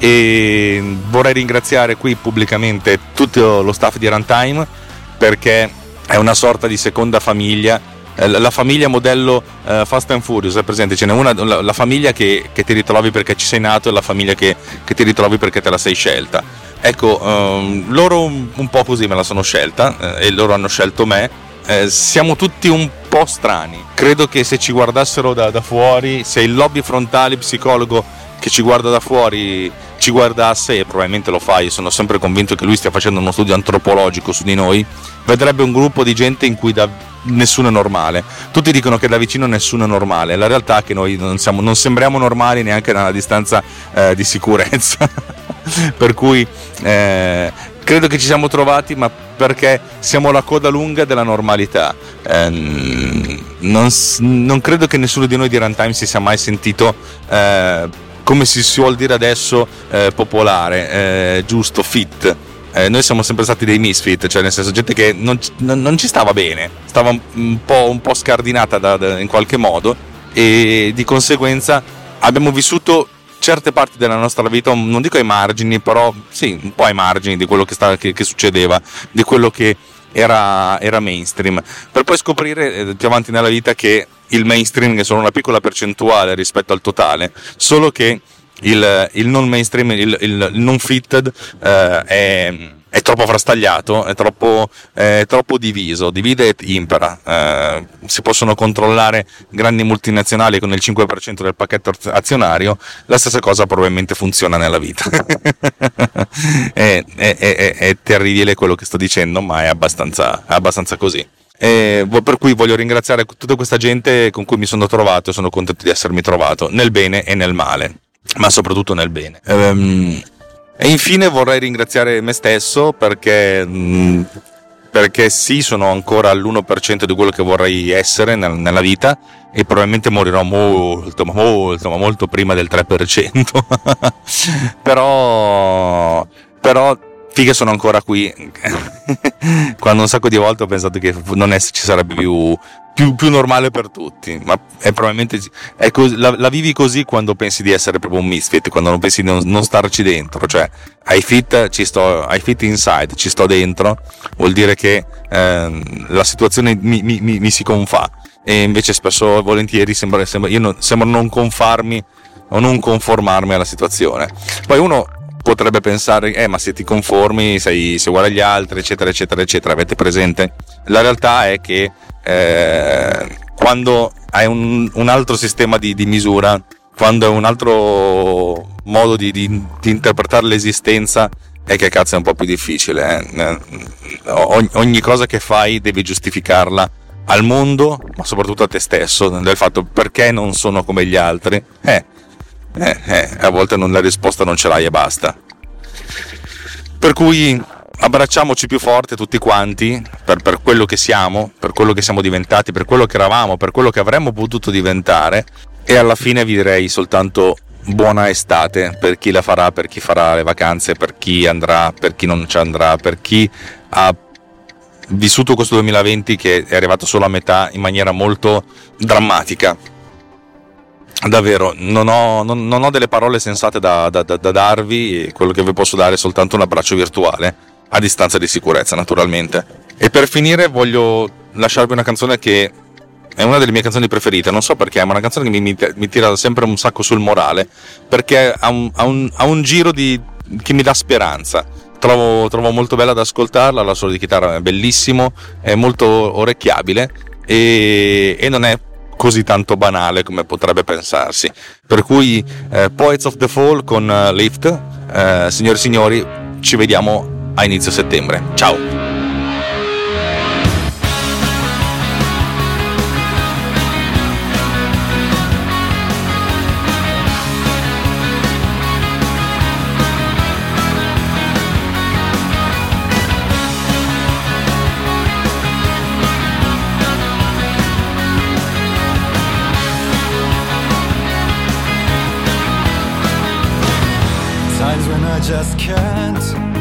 e vorrei ringraziare qui pubblicamente tutto lo staff di Runtime, perché è una sorta di seconda famiglia, la famiglia modello uh, Fast and Furious, è presente? Ce n'è una, la, la famiglia che, che ti ritrovi perché ci sei nato, e la famiglia che, che ti ritrovi perché te la sei scelta. Ecco, um, loro un, un po' così me la sono scelta, eh, e loro hanno scelto me. Eh, siamo tutti un po' strani, credo che se ci guardassero da, da fuori, se il lobby frontale psicologo che ci guarda da fuori ci guardasse, e probabilmente lo fa, io sono sempre convinto che lui stia facendo uno studio antropologico su di noi, vedrebbe un gruppo di gente in cui da nessuno è normale. Tutti dicono che da vicino nessuno è normale, la realtà è che noi non, siamo, non sembriamo normali neanche nella distanza eh, di sicurezza per cui eh, credo che ci siamo trovati, ma perché siamo la coda lunga della normalità. Eh, non, non credo che nessuno di noi di Runtime si sia mai sentito eh, come si suol dire adesso eh, popolare, eh, giusto, fit. Eh, noi siamo sempre stati dei misfit, cioè nel senso gente che non, non, non ci stava bene, stava un po', un po' scardinata da, da, in qualche modo, e di conseguenza abbiamo vissuto certe parti della nostra vita, non dico ai margini, però sì, un po' ai margini di quello che, sta, che, che succedeva, di quello che era, era mainstream, per poi scoprire eh, più avanti nella vita che il mainstream è solo una piccola percentuale rispetto al totale, solo che il, il non mainstream, il, il non fitted eh, è, è troppo frastagliato, è troppo, è troppo diviso, divide et impera. Eh, si possono controllare grandi multinazionali con il cinque per cento del pacchetto azionario, la stessa cosa probabilmente funziona nella vita. è, è, è, è terribile quello che sto dicendo, ma è abbastanza, è abbastanza così. E per cui voglio ringraziare tutta questa gente con cui mi sono trovato, e sono contento di essermi trovato nel bene e nel male, ma soprattutto nel bene. Um, e infine vorrei ringraziare me stesso perché, mh, perché sì, sono ancora all'uno per cento di quello che vorrei essere nel, nella vita, e probabilmente morirò molto, molto, ma molto prima del tre per cento. però, però figa, sono ancora qui. Quando un sacco di volte ho pensato che non è, ci sarebbe più, più, più normale per tutti, ma è probabilmente è così, la, la vivi così quando pensi di essere proprio un misfit, quando non pensi di non, non starci dentro, cioè I fit, ci sto, I fit inside, ci sto dentro, vuol dire che eh, la situazione mi, mi, mi, mi si confà, e invece spesso e volentieri sembra, sembra, io non, sembra non confarmi o non conformarmi alla situazione. Poi uno potrebbe pensare, eh ma se ti conformi sei, sei uguale agli altri, eccetera eccetera eccetera, avete presente? La realtà è che eh, quando hai un, un altro sistema di, di misura, quando hai un altro modo di, di, di interpretare l'esistenza, è che cazzo è un po' più difficile. Eh? Ogni, ogni cosa che fai devi giustificarla al mondo, ma soprattutto a te stesso, del fatto perché non sono come gli altri. Eh Eh, eh, a volte non, la risposta non ce l'hai e basta. Per cui abbracciamoci più forte tutti quanti per, per quello che siamo, per quello che siamo diventati, per quello che eravamo, per quello che avremmo potuto diventare, e alla fine vi direi soltanto buona estate per chi la farà, per chi farà le vacanze, per chi andrà, per chi non ci andrà, per chi ha vissuto questo duemilaventi che è arrivato solo a metà in maniera molto drammatica. Davvero, non ho, non, non ho delle parole sensate da, da, da darvi, quello che vi posso dare è soltanto un abbraccio virtuale, a distanza di sicurezza naturalmente. E per finire voglio lasciarvi una canzone che è una delle mie canzoni preferite, non so perché, ma è una canzone che mi, mi, mi tira sempre un sacco sul morale, perché ha un, ha un, ha un giro di, che mi dà speranza. Trovo, trovo molto bella da ascoltarla, la solo di chitarra è bellissimo, è molto orecchiabile e, e non è così tanto banale come potrebbe pensarsi. Per cui eh, Poets of the Fall con uh, Lift. Eh, signori e signori, ci vediamo a inizio settembre. Ciao. Just can't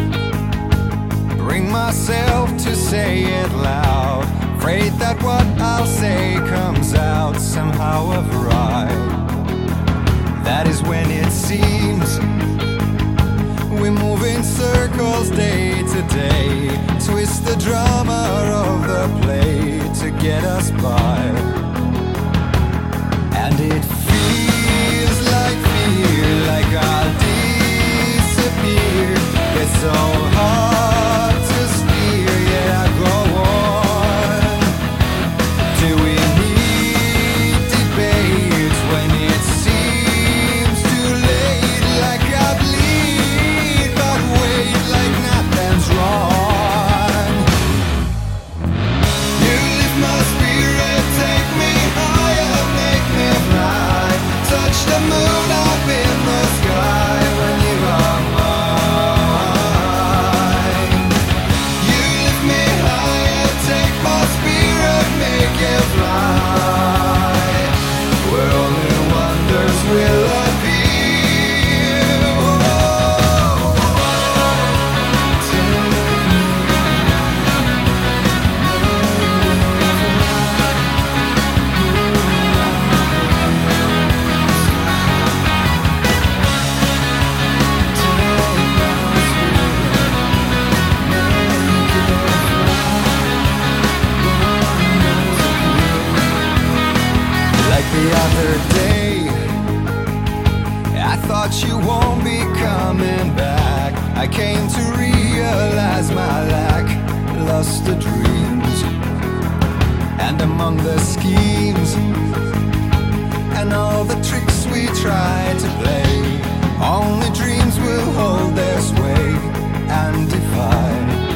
bring myself to say it loud. Afraid that what I'll say comes out somehow of right. That is when it seems We move in circles day to day, twist the drama of the play to get us by. And it feels like fear, like I'll disappear. It's so hard to steer, yeah, I go on. Do we need debates when it seems too late? Like I bleed, but wait, like nothing's wrong. You lift my spirit, take me higher, make me fly. Touch the moon up in the sky when you are mine. You lift me higher, take my spirit, make it fly. Where only wonders will appear. Like the other day, I thought you won't be coming back. I came to realize my lack, lost the dreams. And among the schemes and all the tricks we tried to play, only dreams will hold their sway and defy.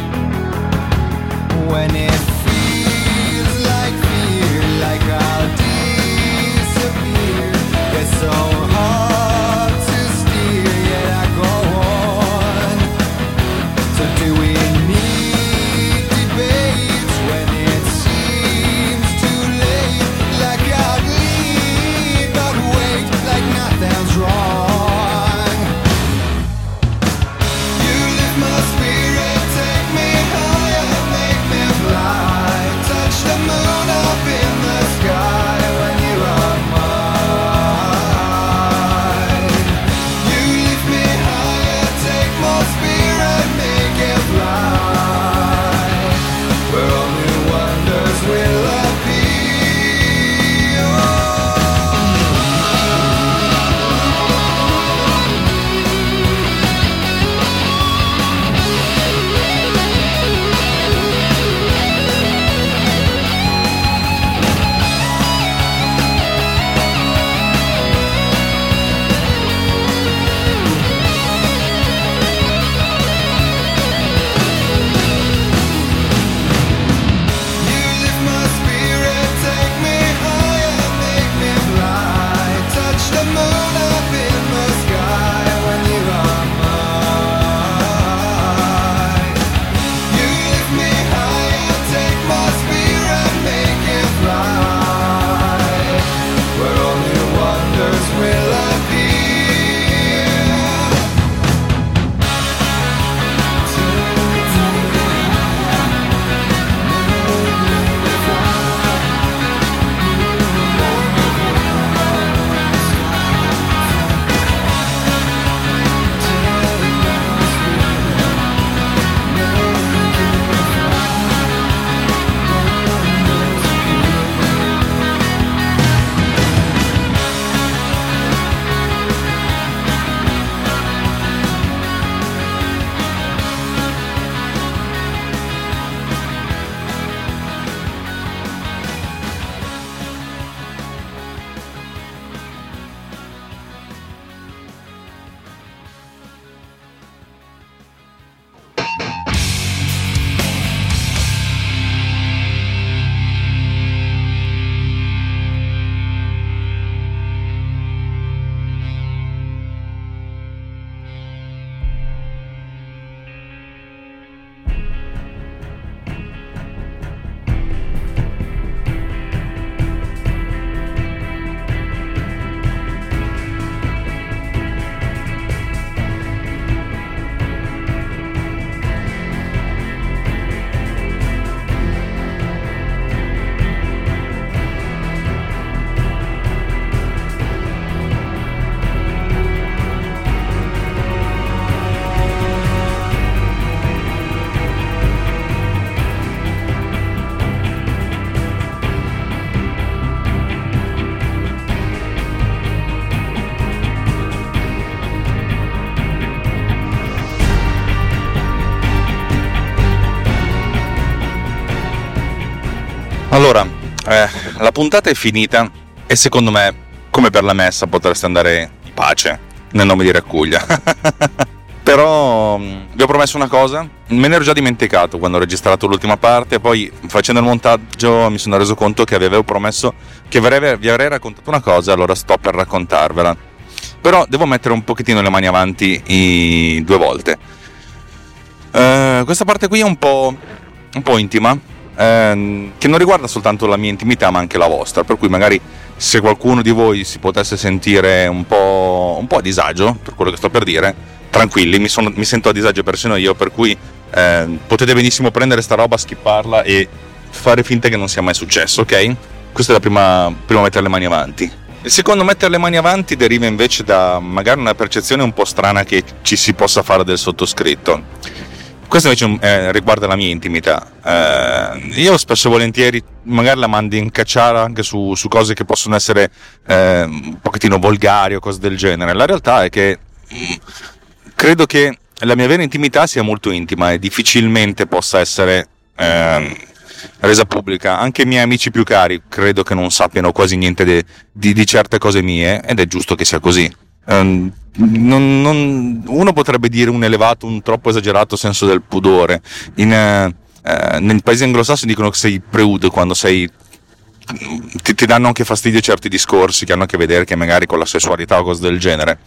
When it feels like fear, like I'll disappear, it's so hard to steer, yet I go on. So do we need debates when it seems too late? Like I'll lead, but wait, like nothing's wrong. You lift my spirit, take me higher, make me fly. Touch the moon up in the sky when you are mine. You lift me higher, take my spirit, make it fly. Where only wonders will appear. Allora, eh, la puntata è finita e secondo me, come per la messa, potreste andare in pace nel nome di Raccuglia. Però vi ho promesso una cosa, me ne ero già dimenticato quando ho registrato l'ultima parte, poi facendo il montaggio mi sono reso conto che vi avevo promesso che vi avrei, vi avrei raccontato una cosa, allora sto per raccontarvela. Però devo mettere un pochettino le mani avanti i, due volte. Uh, questa parte qui è un po', un po' intima, ehm, che non riguarda soltanto la mia intimità ma anche la vostra, per cui magari se qualcuno di voi si potesse sentire un po', un po' a disagio per quello che sto per dire, tranquilli, mi, sono, mi sento a disagio persino io, per cui eh, potete benissimo prendere sta roba, skipparla e fare finta che non sia mai successo, ok? Questa è la prima, prima mettere le mani avanti. Il secondo mettere le mani avanti deriva invece da magari una percezione un po' strana che ci si possa fare del sottoscritto. Questo invece eh, riguarda la mia intimità. Eh, io spesso e volentieri magari la mando in cacciara anche su, su cose che possono essere eh, un pochettino volgari o cose del genere. La realtà è che mh, credo che la mia vera intimità sia molto intima e difficilmente possa essere eh, resa pubblica. Anche i miei amici più cari credo che non sappiano quasi niente de, di, di certe cose mie, ed è giusto che sia così. Um, non, non, uno potrebbe dire un elevato, un troppo esagerato senso del pudore. In, uh, uh, nei paesi anglosassoni dicono che sei prude quando sei, ti, ti danno anche fastidio certi discorsi che hanno a che vedere che magari con la sessualità o cose del genere.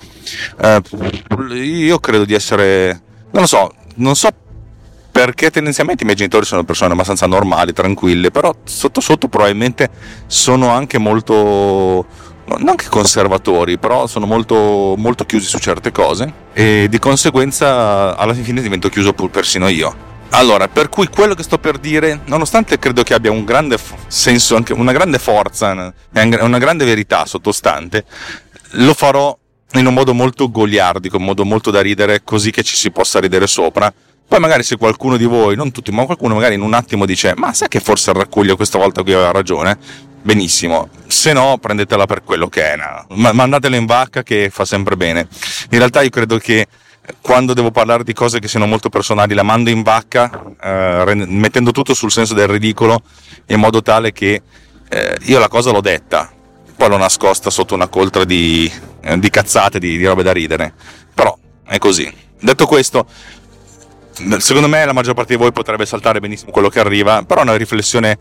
Uh, io credo di essere, non lo so, non so perché tendenzialmente i miei genitori sono persone abbastanza normali, tranquille, però sotto sotto probabilmente sono anche molto, non che conservatori, però sono molto, molto chiusi su certe cose e di conseguenza alla fine divento chiuso pur persino io. Allora, per cui quello che sto per dire, nonostante credo che abbia un grande senso, anche una grande forza e una grande verità sottostante, lo farò in un modo molto goliardico, in un modo molto da ridere, così che ci si possa ridere sopra. Poi magari se qualcuno di voi, non tutti, ma qualcuno magari in un attimo dice ma sai che forse il Raccuglio questa volta qui aveva ragione? Benissimo, se no prendetela per quello che è, no? Mandatela in vacca che fa sempre bene. In realtà io credo che quando devo parlare di cose che siano molto personali la mando in vacca, eh, mettendo tutto sul senso del ridicolo, in modo tale che eh, io la cosa l'ho detta, poi l'ho nascosta sotto una coltre di, eh, di cazzate, di, di robe da ridere, però è così. Detto questo, secondo me la maggior parte di voi potrebbe saltare benissimo quello che arriva, però è una riflessione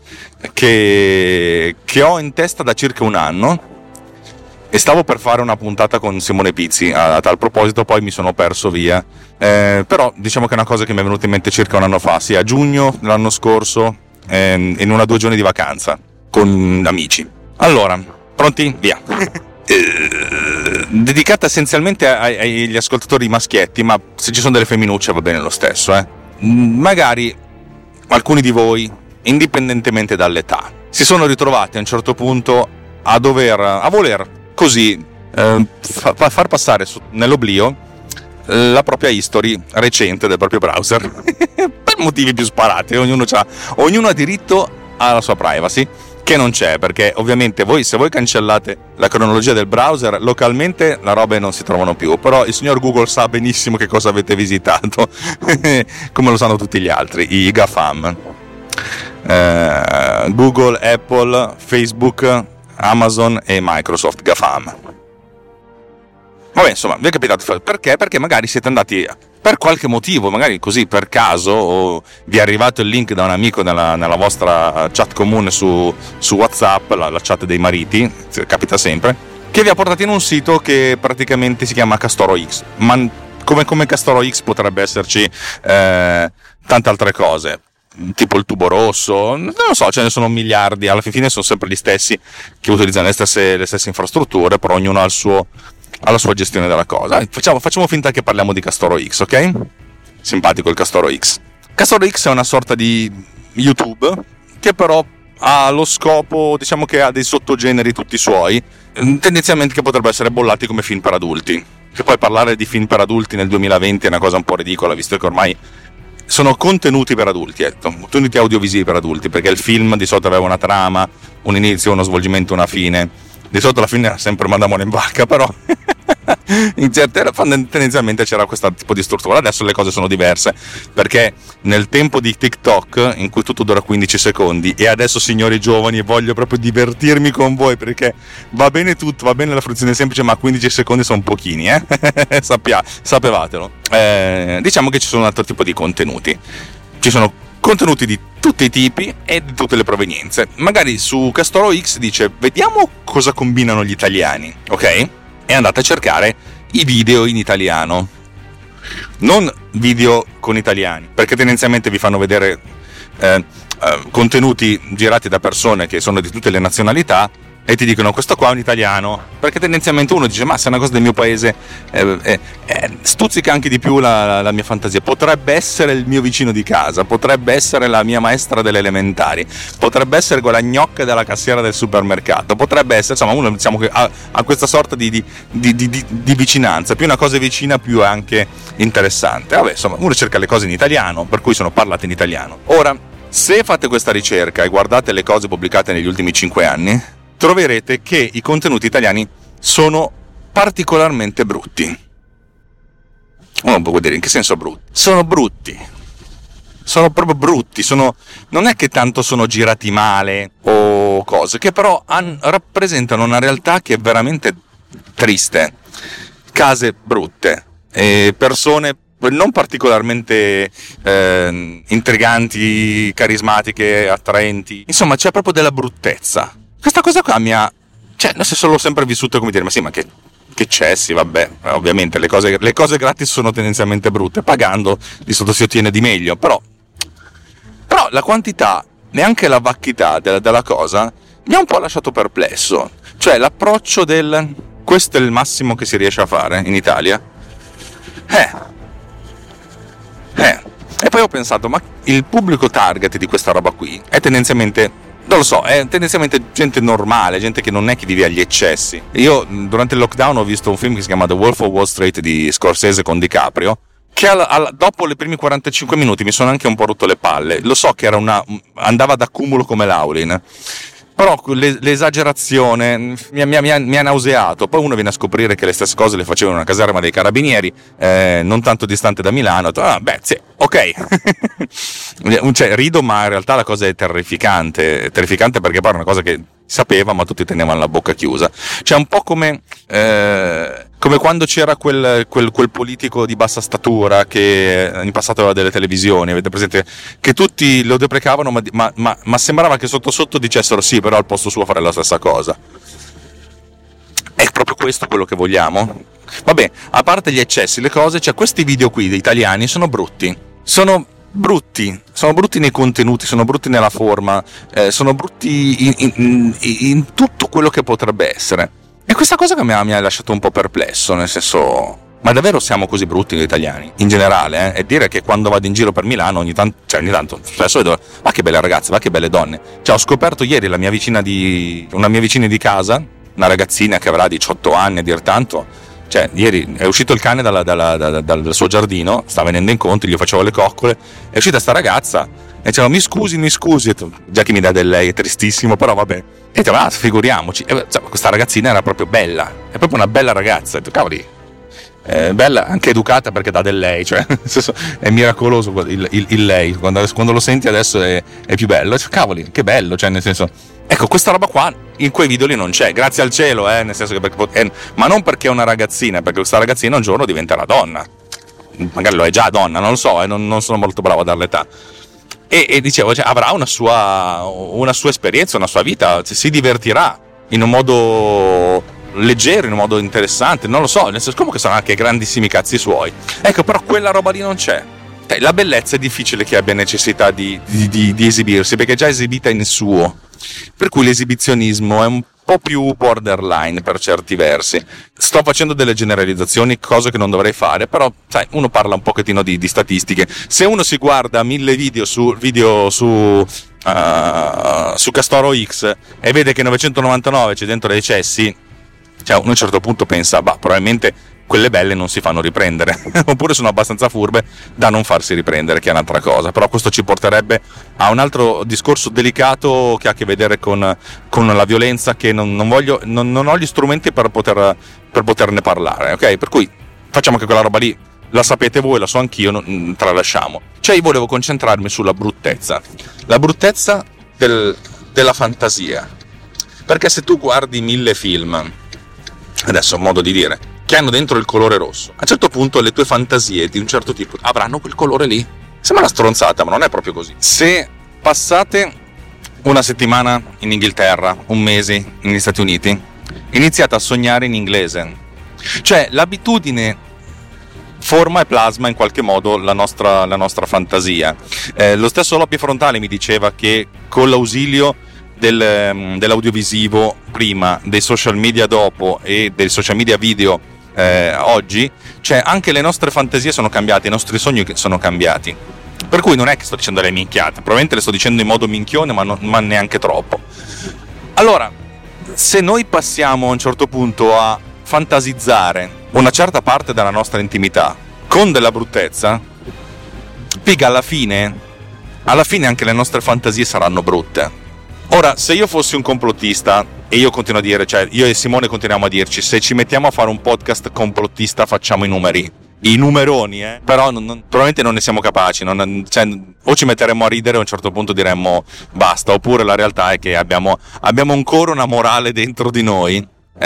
che, che ho in testa da circa un anno e stavo per fare una puntata con Simone Pizzi a, a tal proposito, poi mi sono perso via, eh, però diciamo che è una cosa che mi è venuta in mente circa un anno fa, sì, a giugno dell'anno scorso, eh, in una o due giorni di vacanza con amici. Allora, pronti? Via. Dedicata essenzialmente ai, agli ascoltatori maschietti, ma se ci sono delle femminucce va bene lo stesso, eh. Magari alcuni di voi, indipendentemente dall'età, si sono ritrovati a un certo punto a dover, a voler così eh, fa, far passare su, nell'oblio la propria history recente del proprio browser per motivi più sparati. Ognuno c'ha, ognuno ha diritto alla sua privacy, che non c'è, perché ovviamente voi, se voi cancellate la cronologia del browser, localmente la roba non si trovano più, però il signor Google sa benissimo che cosa avete visitato come lo sanno tutti gli altri, i GAFAM, eh, Google, Apple, Facebook, Amazon e Microsoft GAFAM. Vabbè, insomma, vi è capitato perché? Perché magari siete andati per qualche motivo, magari così per caso, o vi è arrivato il link da un amico nella, nella vostra chat comune su, su WhatsApp, la, la chat dei mariti, capita sempre, che vi ha portato in un sito che praticamente si chiama Castoro X, ma come, come Castoro X potrebbe esserci eh, tante altre cose, tipo il tubo rosso, non lo so, ce ne sono miliardi, alla fine sono sempre gli stessi che utilizzano le stesse, le stesse infrastrutture, però ognuno ha il suo, alla sua gestione della cosa. Facciamo, facciamo finta che parliamo di Castoro X, ok? Simpatico il Castoro X. Castoro X è una sorta di YouTube che però ha lo scopo, diciamo che ha dei sottogeneri tutti suoi, tendenzialmente che potrebbero essere bollati come film per adulti. Che poi parlare di film per adulti nel duemilaventi è una cosa un po' ridicola, visto che ormai sono contenuti per adulti, ecco, contenuti audiovisivi per adulti, perché il film di solito aveva una trama, un inizio, uno svolgimento, una fine. Di solito alla fine era sempre mandamone in vacca, però in certe tendenzialmente c'era questo tipo di struttura. Adesso le cose sono diverse, perché nel tempo di TikTok, in cui tutto dura quindici secondi, e adesso, signori giovani, voglio proprio divertirmi con voi, perché va bene tutto, va bene la fruizione semplice, ma quindici secondi sono pochini, eh? Sappia, sapevatelo. Eh, diciamo che ci sono un altro tipo di contenuti. Ci sono contenuti di tutti i tipi e di tutte le provenienze. Magari su Castoro X dice: vediamo cosa combinano gli italiani, ok? E andate a cercare i video in italiano, non video con italiani, perché tendenzialmente vi fanno vedere eh, eh, contenuti girati da persone che sono di tutte le nazionalità e ti dicono: questo qua è un italiano, perché tendenzialmente uno dice: ma se è una cosa del mio paese, eh, eh, eh, stuzzica anche di più la, la, la mia fantasia, potrebbe essere il mio vicino di casa, potrebbe essere la mia maestra delle elementari, potrebbe essere quella gnocca della cassiera del supermercato, potrebbe essere, insomma, uno diciamo che ha, ha questa sorta di, di, di, di, di vicinanza, più una cosa è vicina più è anche interessante. Vabbè, insomma, uno cerca le cose in italiano, per cui sono parlate in italiano. Ora, se fate questa ricerca e guardate le cose pubblicate negli ultimi cinque anni, troverete che i contenuti italiani sono particolarmente brutti. Uno può dire: in che senso brutti? Sono brutti. Sono proprio brutti. Sono, non è che tanto sono girati male o cose, che però han, rappresentano una realtà che è veramente triste. Case brutte, e persone non particolarmente eh, intriganti, carismatiche, attraenti. Insomma, c'è proprio della bruttezza. Questa cosa qua mi ha, cioè, nel senso, l'ho sempre vissuto come dire: ma sì, ma che, che c'è, sì, vabbè, ovviamente le cose, le cose gratis sono tendenzialmente brutte, pagando di solito si ottiene di meglio, però, però la quantità, neanche la vacchità della, della cosa, mi ha un po' lasciato perplesso. Cioè, l'approccio del questo è il massimo che si riesce a fare in Italia, eh, eh, e poi ho pensato: ma il pubblico target di questa roba qui è tendenzialmente, non lo so, è tendenzialmente gente normale, gente che non è che vive agli eccessi. Io durante il lockdown ho visto un film che si chiama The Wolf of Wall Street di Scorsese con DiCaprio, che al, al, dopo i primi quarantacinque minuti mi sono anche un po' rotto le palle. Lo so che era una, andava ad accumulo come Laulin, però l'esagerazione mi, mi, mi, ha, mi ha nauseato. Poi uno viene a scoprire che le stesse cose le facevano in una caserma dei carabinieri, eh, non tanto distante da Milano. Ho detto: ah, beh, sì, ok. Cioè, rido, ma in realtà la cosa è terrificante, è terrificante perché poi è una cosa che sapeva, ma tutti tenevano la bocca chiusa. Cioè, un po' come, eh, come quando c'era quel, quel, quel politico di bassa statura che in passato aveva delle televisioni, avete presente? Che tutti lo deprecavano, ma, ma, ma, ma sembrava che sotto sotto dicessero: sì, però al posto suo fare la stessa cosa. È proprio questo quello che vogliamo? Vabbè, a parte gli eccessi, le cose, cioè, questi video qui degli italiani sono brutti. Sono brutti, sono brutti nei contenuti, sono brutti nella forma, eh, sono brutti in, in, in tutto quello che potrebbe essere. E questa cosa che mi ha, mi ha lasciato un po' perplesso, nel senso: ma davvero siamo così brutti noi italiani? In generale, eh? E dire che quando vado in giro per Milano ogni tanto, cioè ogni tanto, spesso vedo: ma che belle ragazze, ma che belle donne. Cioè, ho scoperto ieri la mia vicina di, una mia vicina di casa, una ragazzina che avrà diciotto anni a dir tanto. Cioè, ieri è uscito il cane dalla, dalla, dalla, dal suo giardino, sta venendo incontro, gli facevo le coccole, è uscita sta ragazza e diceva: mi scusi, mi scusi, detto, già che mi dà del lei, è tristissimo, però vabbè. E detto: ah, figuriamoci. E, cioè, questa ragazzina era proprio bella, è proprio una bella ragazza. Ho detto: cavoli, è bella, anche educata, perché dà del lei, cioè, nel senso, è miracoloso il, il, il lei, quando, quando lo senti adesso è, è più bello. Cioè, cavoli, che bello, cioè, nel senso, ecco, questa roba qua in quei video lì non c'è, grazie al cielo, eh, nel senso che perché, eh, ma non perché è una ragazzina, perché questa ragazzina un giorno diventerà donna, magari lo è già donna, non lo so, eh, non, non sono molto bravo a dare l'età. E, e dicevo, cioè, avrà una sua, una sua esperienza, una sua vita, si divertirà in un modo leggero, in un modo interessante, non lo so, nel senso, comunque sono anche grandissimi cazzi suoi. Ecco, però quella roba lì non c'è. La bellezza è difficile che abbia necessità di, di, di, di esibirsi, perché è già esibita in suo, per cui l'esibizionismo è un po' più borderline per certi versi. Sto facendo delle generalizzazioni, cose che non dovrei fare, però sai, uno parla un pochettino di, di statistiche. Se uno si guarda mille video su video su uh, su Castoro X e vede che novecentonovantanove c'è dentro dei cessi, cioè uno a un certo punto pensa: bah, probabilmente quelle belle non si fanno riprendere, oppure sono abbastanza furbe da non farsi riprendere, che è un'altra cosa. Però questo ci porterebbe a un altro discorso delicato che ha a che vedere con, con la violenza, che non, non voglio, non, non ho gli strumenti per poter per poterne parlare, ok? Per cui facciamo che quella roba lì la sapete voi, la so anch'io, non, tralasciamo. Cioè io volevo concentrarmi sulla bruttezza, la bruttezza del, della fantasia, perché se tu guardi mille film, adesso ho modo di dire, che hanno dentro il colore rosso, a un certo punto le tue fantasie di un certo tipo avranno quel colore lì. Sembra una stronzata, ma non è proprio così. Se passate una settimana in Inghilterra, un mese negli Stati Uniti, iniziate a sognare in inglese. Cioè l'abitudine forma e plasma in qualche modo la nostra, la nostra fantasia. Eh, lo stesso Loppi Frontale mi diceva che con l'ausilio del, dell'audiovisivo prima, dei social media dopo e dei social media video Eh, oggi, cioè anche le nostre fantasie sono cambiate, i nostri sogni sono cambiati. Per cui non è che sto dicendo le minchiate, probabilmente le sto dicendo in modo minchione, ma, non, ma neanche troppo. Allora, se noi passiamo a un certo punto a fantasizzare una certa parte della nostra intimità con della bruttezza, figa, alla fine, alla fine anche le nostre fantasie saranno brutte. Ora, se io fossi un complottista, e io continuo a dire, cioè io e Simone continuiamo a dirci, se ci mettiamo a fare un podcast complottista facciamo i numeri, i numeroni, eh? Però non, non, probabilmente non ne siamo capaci, non, cioè, o ci metteremmo a ridere o a un certo punto diremmo basta, oppure la realtà è che abbiamo, abbiamo ancora una morale dentro di noi.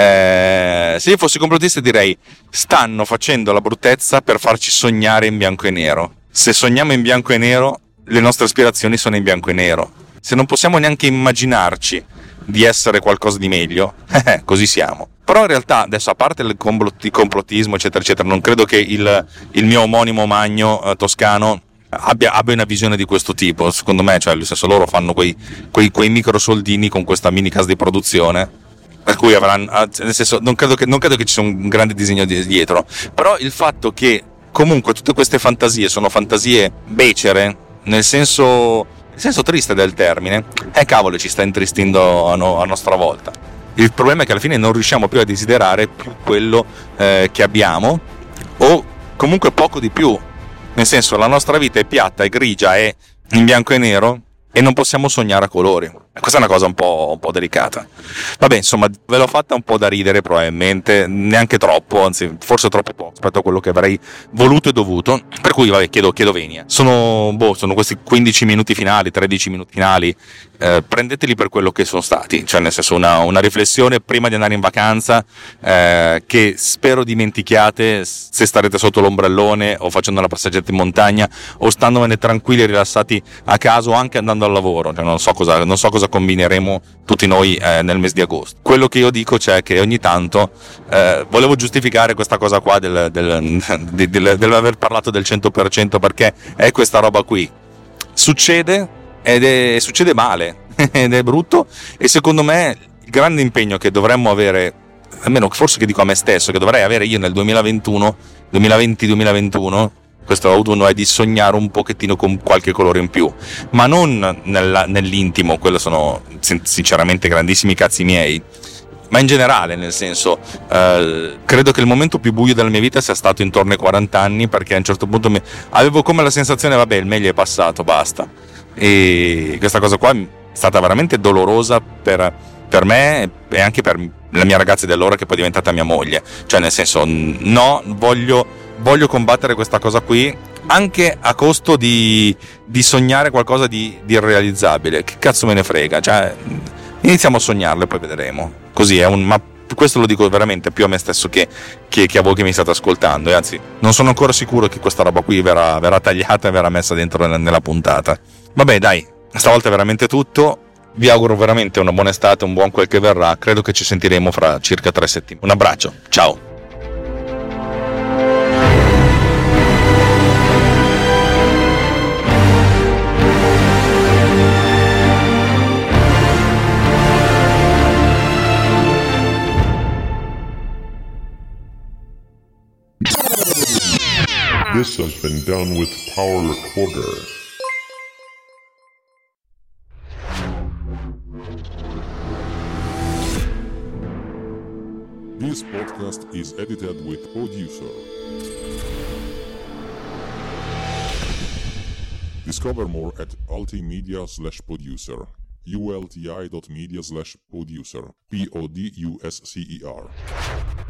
Eh, se io fossi complottista direi stanno facendo la bruttezza per farci sognare in bianco e nero. Se sogniamo in bianco e nero, le nostre aspirazioni sono in bianco e nero. Se non possiamo neanche immaginarci di essere qualcosa di meglio, eh, così siamo. Però in realtà, adesso, a parte il complottismo eccetera eccetera, non credo che il, il mio omonimo Magno eh, toscano abbia, abbia una visione di questo tipo. Secondo me, cioè, nel senso, loro fanno quei, quei, quei micro soldini con questa mini casa di produzione, per cui avranno, nel senso, non credo che, non credo che ci sia un grande disegno dietro. Però il fatto che comunque tutte queste fantasie sono fantasie becere, nel senso nel senso triste del termine, eh cavolo, ci sta intristendo a, no, a nostra volta. Il problema è che alla fine non riusciamo più a desiderare più quello eh, che abbiamo, o comunque poco di più. Nel senso, la nostra vita è piatta, è grigia, è in bianco e nero, e non possiamo sognare a colori. Questa è una cosa un po', un po' delicata. Vabbè, insomma, ve l'ho fatta un po' da ridere probabilmente, neanche troppo, anzi forse troppo poco rispetto a quello che avrei voluto e dovuto, per cui vabbè, chiedo, chiedo venia. Sono, boh, sono questi quindici minuti finali, tredici minuti finali, eh, prendeteli per quello che sono stati, cioè nel senso una, una riflessione prima di andare in vacanza, eh, che spero dimentichiate se starete sotto l'ombrellone o facendo una passeggiata in montagna o standovene tranquilli e rilassati a casa o anche andando al lavoro, cioè non so cosa, non so cosa combineremo tutti noi eh, nel mese di agosto. Quello che io dico c'è che ogni tanto eh, volevo giustificare questa cosa qua del, del, del, del, dell'aver parlato del cento per cento, perché è questa roba qui succede ed è, succede male ed è brutto, e secondo me il grande impegno che dovremmo avere, almeno forse che dico a me stesso, che dovrei avere io nel duemilaventuno duemilaventi duemilaventuno, questo autunno, è di sognare un pochettino con qualche colore in più, ma non nella, nell'intimo, quello sono sinceramente grandissimi cazzi miei, ma in generale, nel senso, eh, credo che il momento più buio della mia vita sia stato intorno ai quaranta anni, perché a un certo punto mi, avevo come la sensazione, vabbè, il meglio è passato, basta, e questa cosa qua è stata veramente dolorosa per, per me e anche per la mia ragazza di allora, che poi è diventata mia moglie, cioè nel senso, no, voglio voglio combattere questa cosa qui anche a costo di, di sognare qualcosa di, di irrealizzabile. Che cazzo me ne frega, cioè iniziamo a sognarlo e poi vedremo. Così è un, ma questo lo dico veramente più a me stesso che, che, che a voi che mi state ascoltando, e anzi non sono ancora sicuro che questa roba qui verrà, verrà tagliata e verrà messa dentro nella, nella puntata. Vabbè, dai, stavolta è veramente tutto. Vi auguro veramente una buona estate, un buon quel che verrà. Credo che ci sentiremo fra circa tre settimane. Un abbraccio, ciao. This has been done with Power Recorder. This podcast is edited with Producer. Discover more at ultimedia slash producer. ulti dot media slash producer. P O D U S C E R.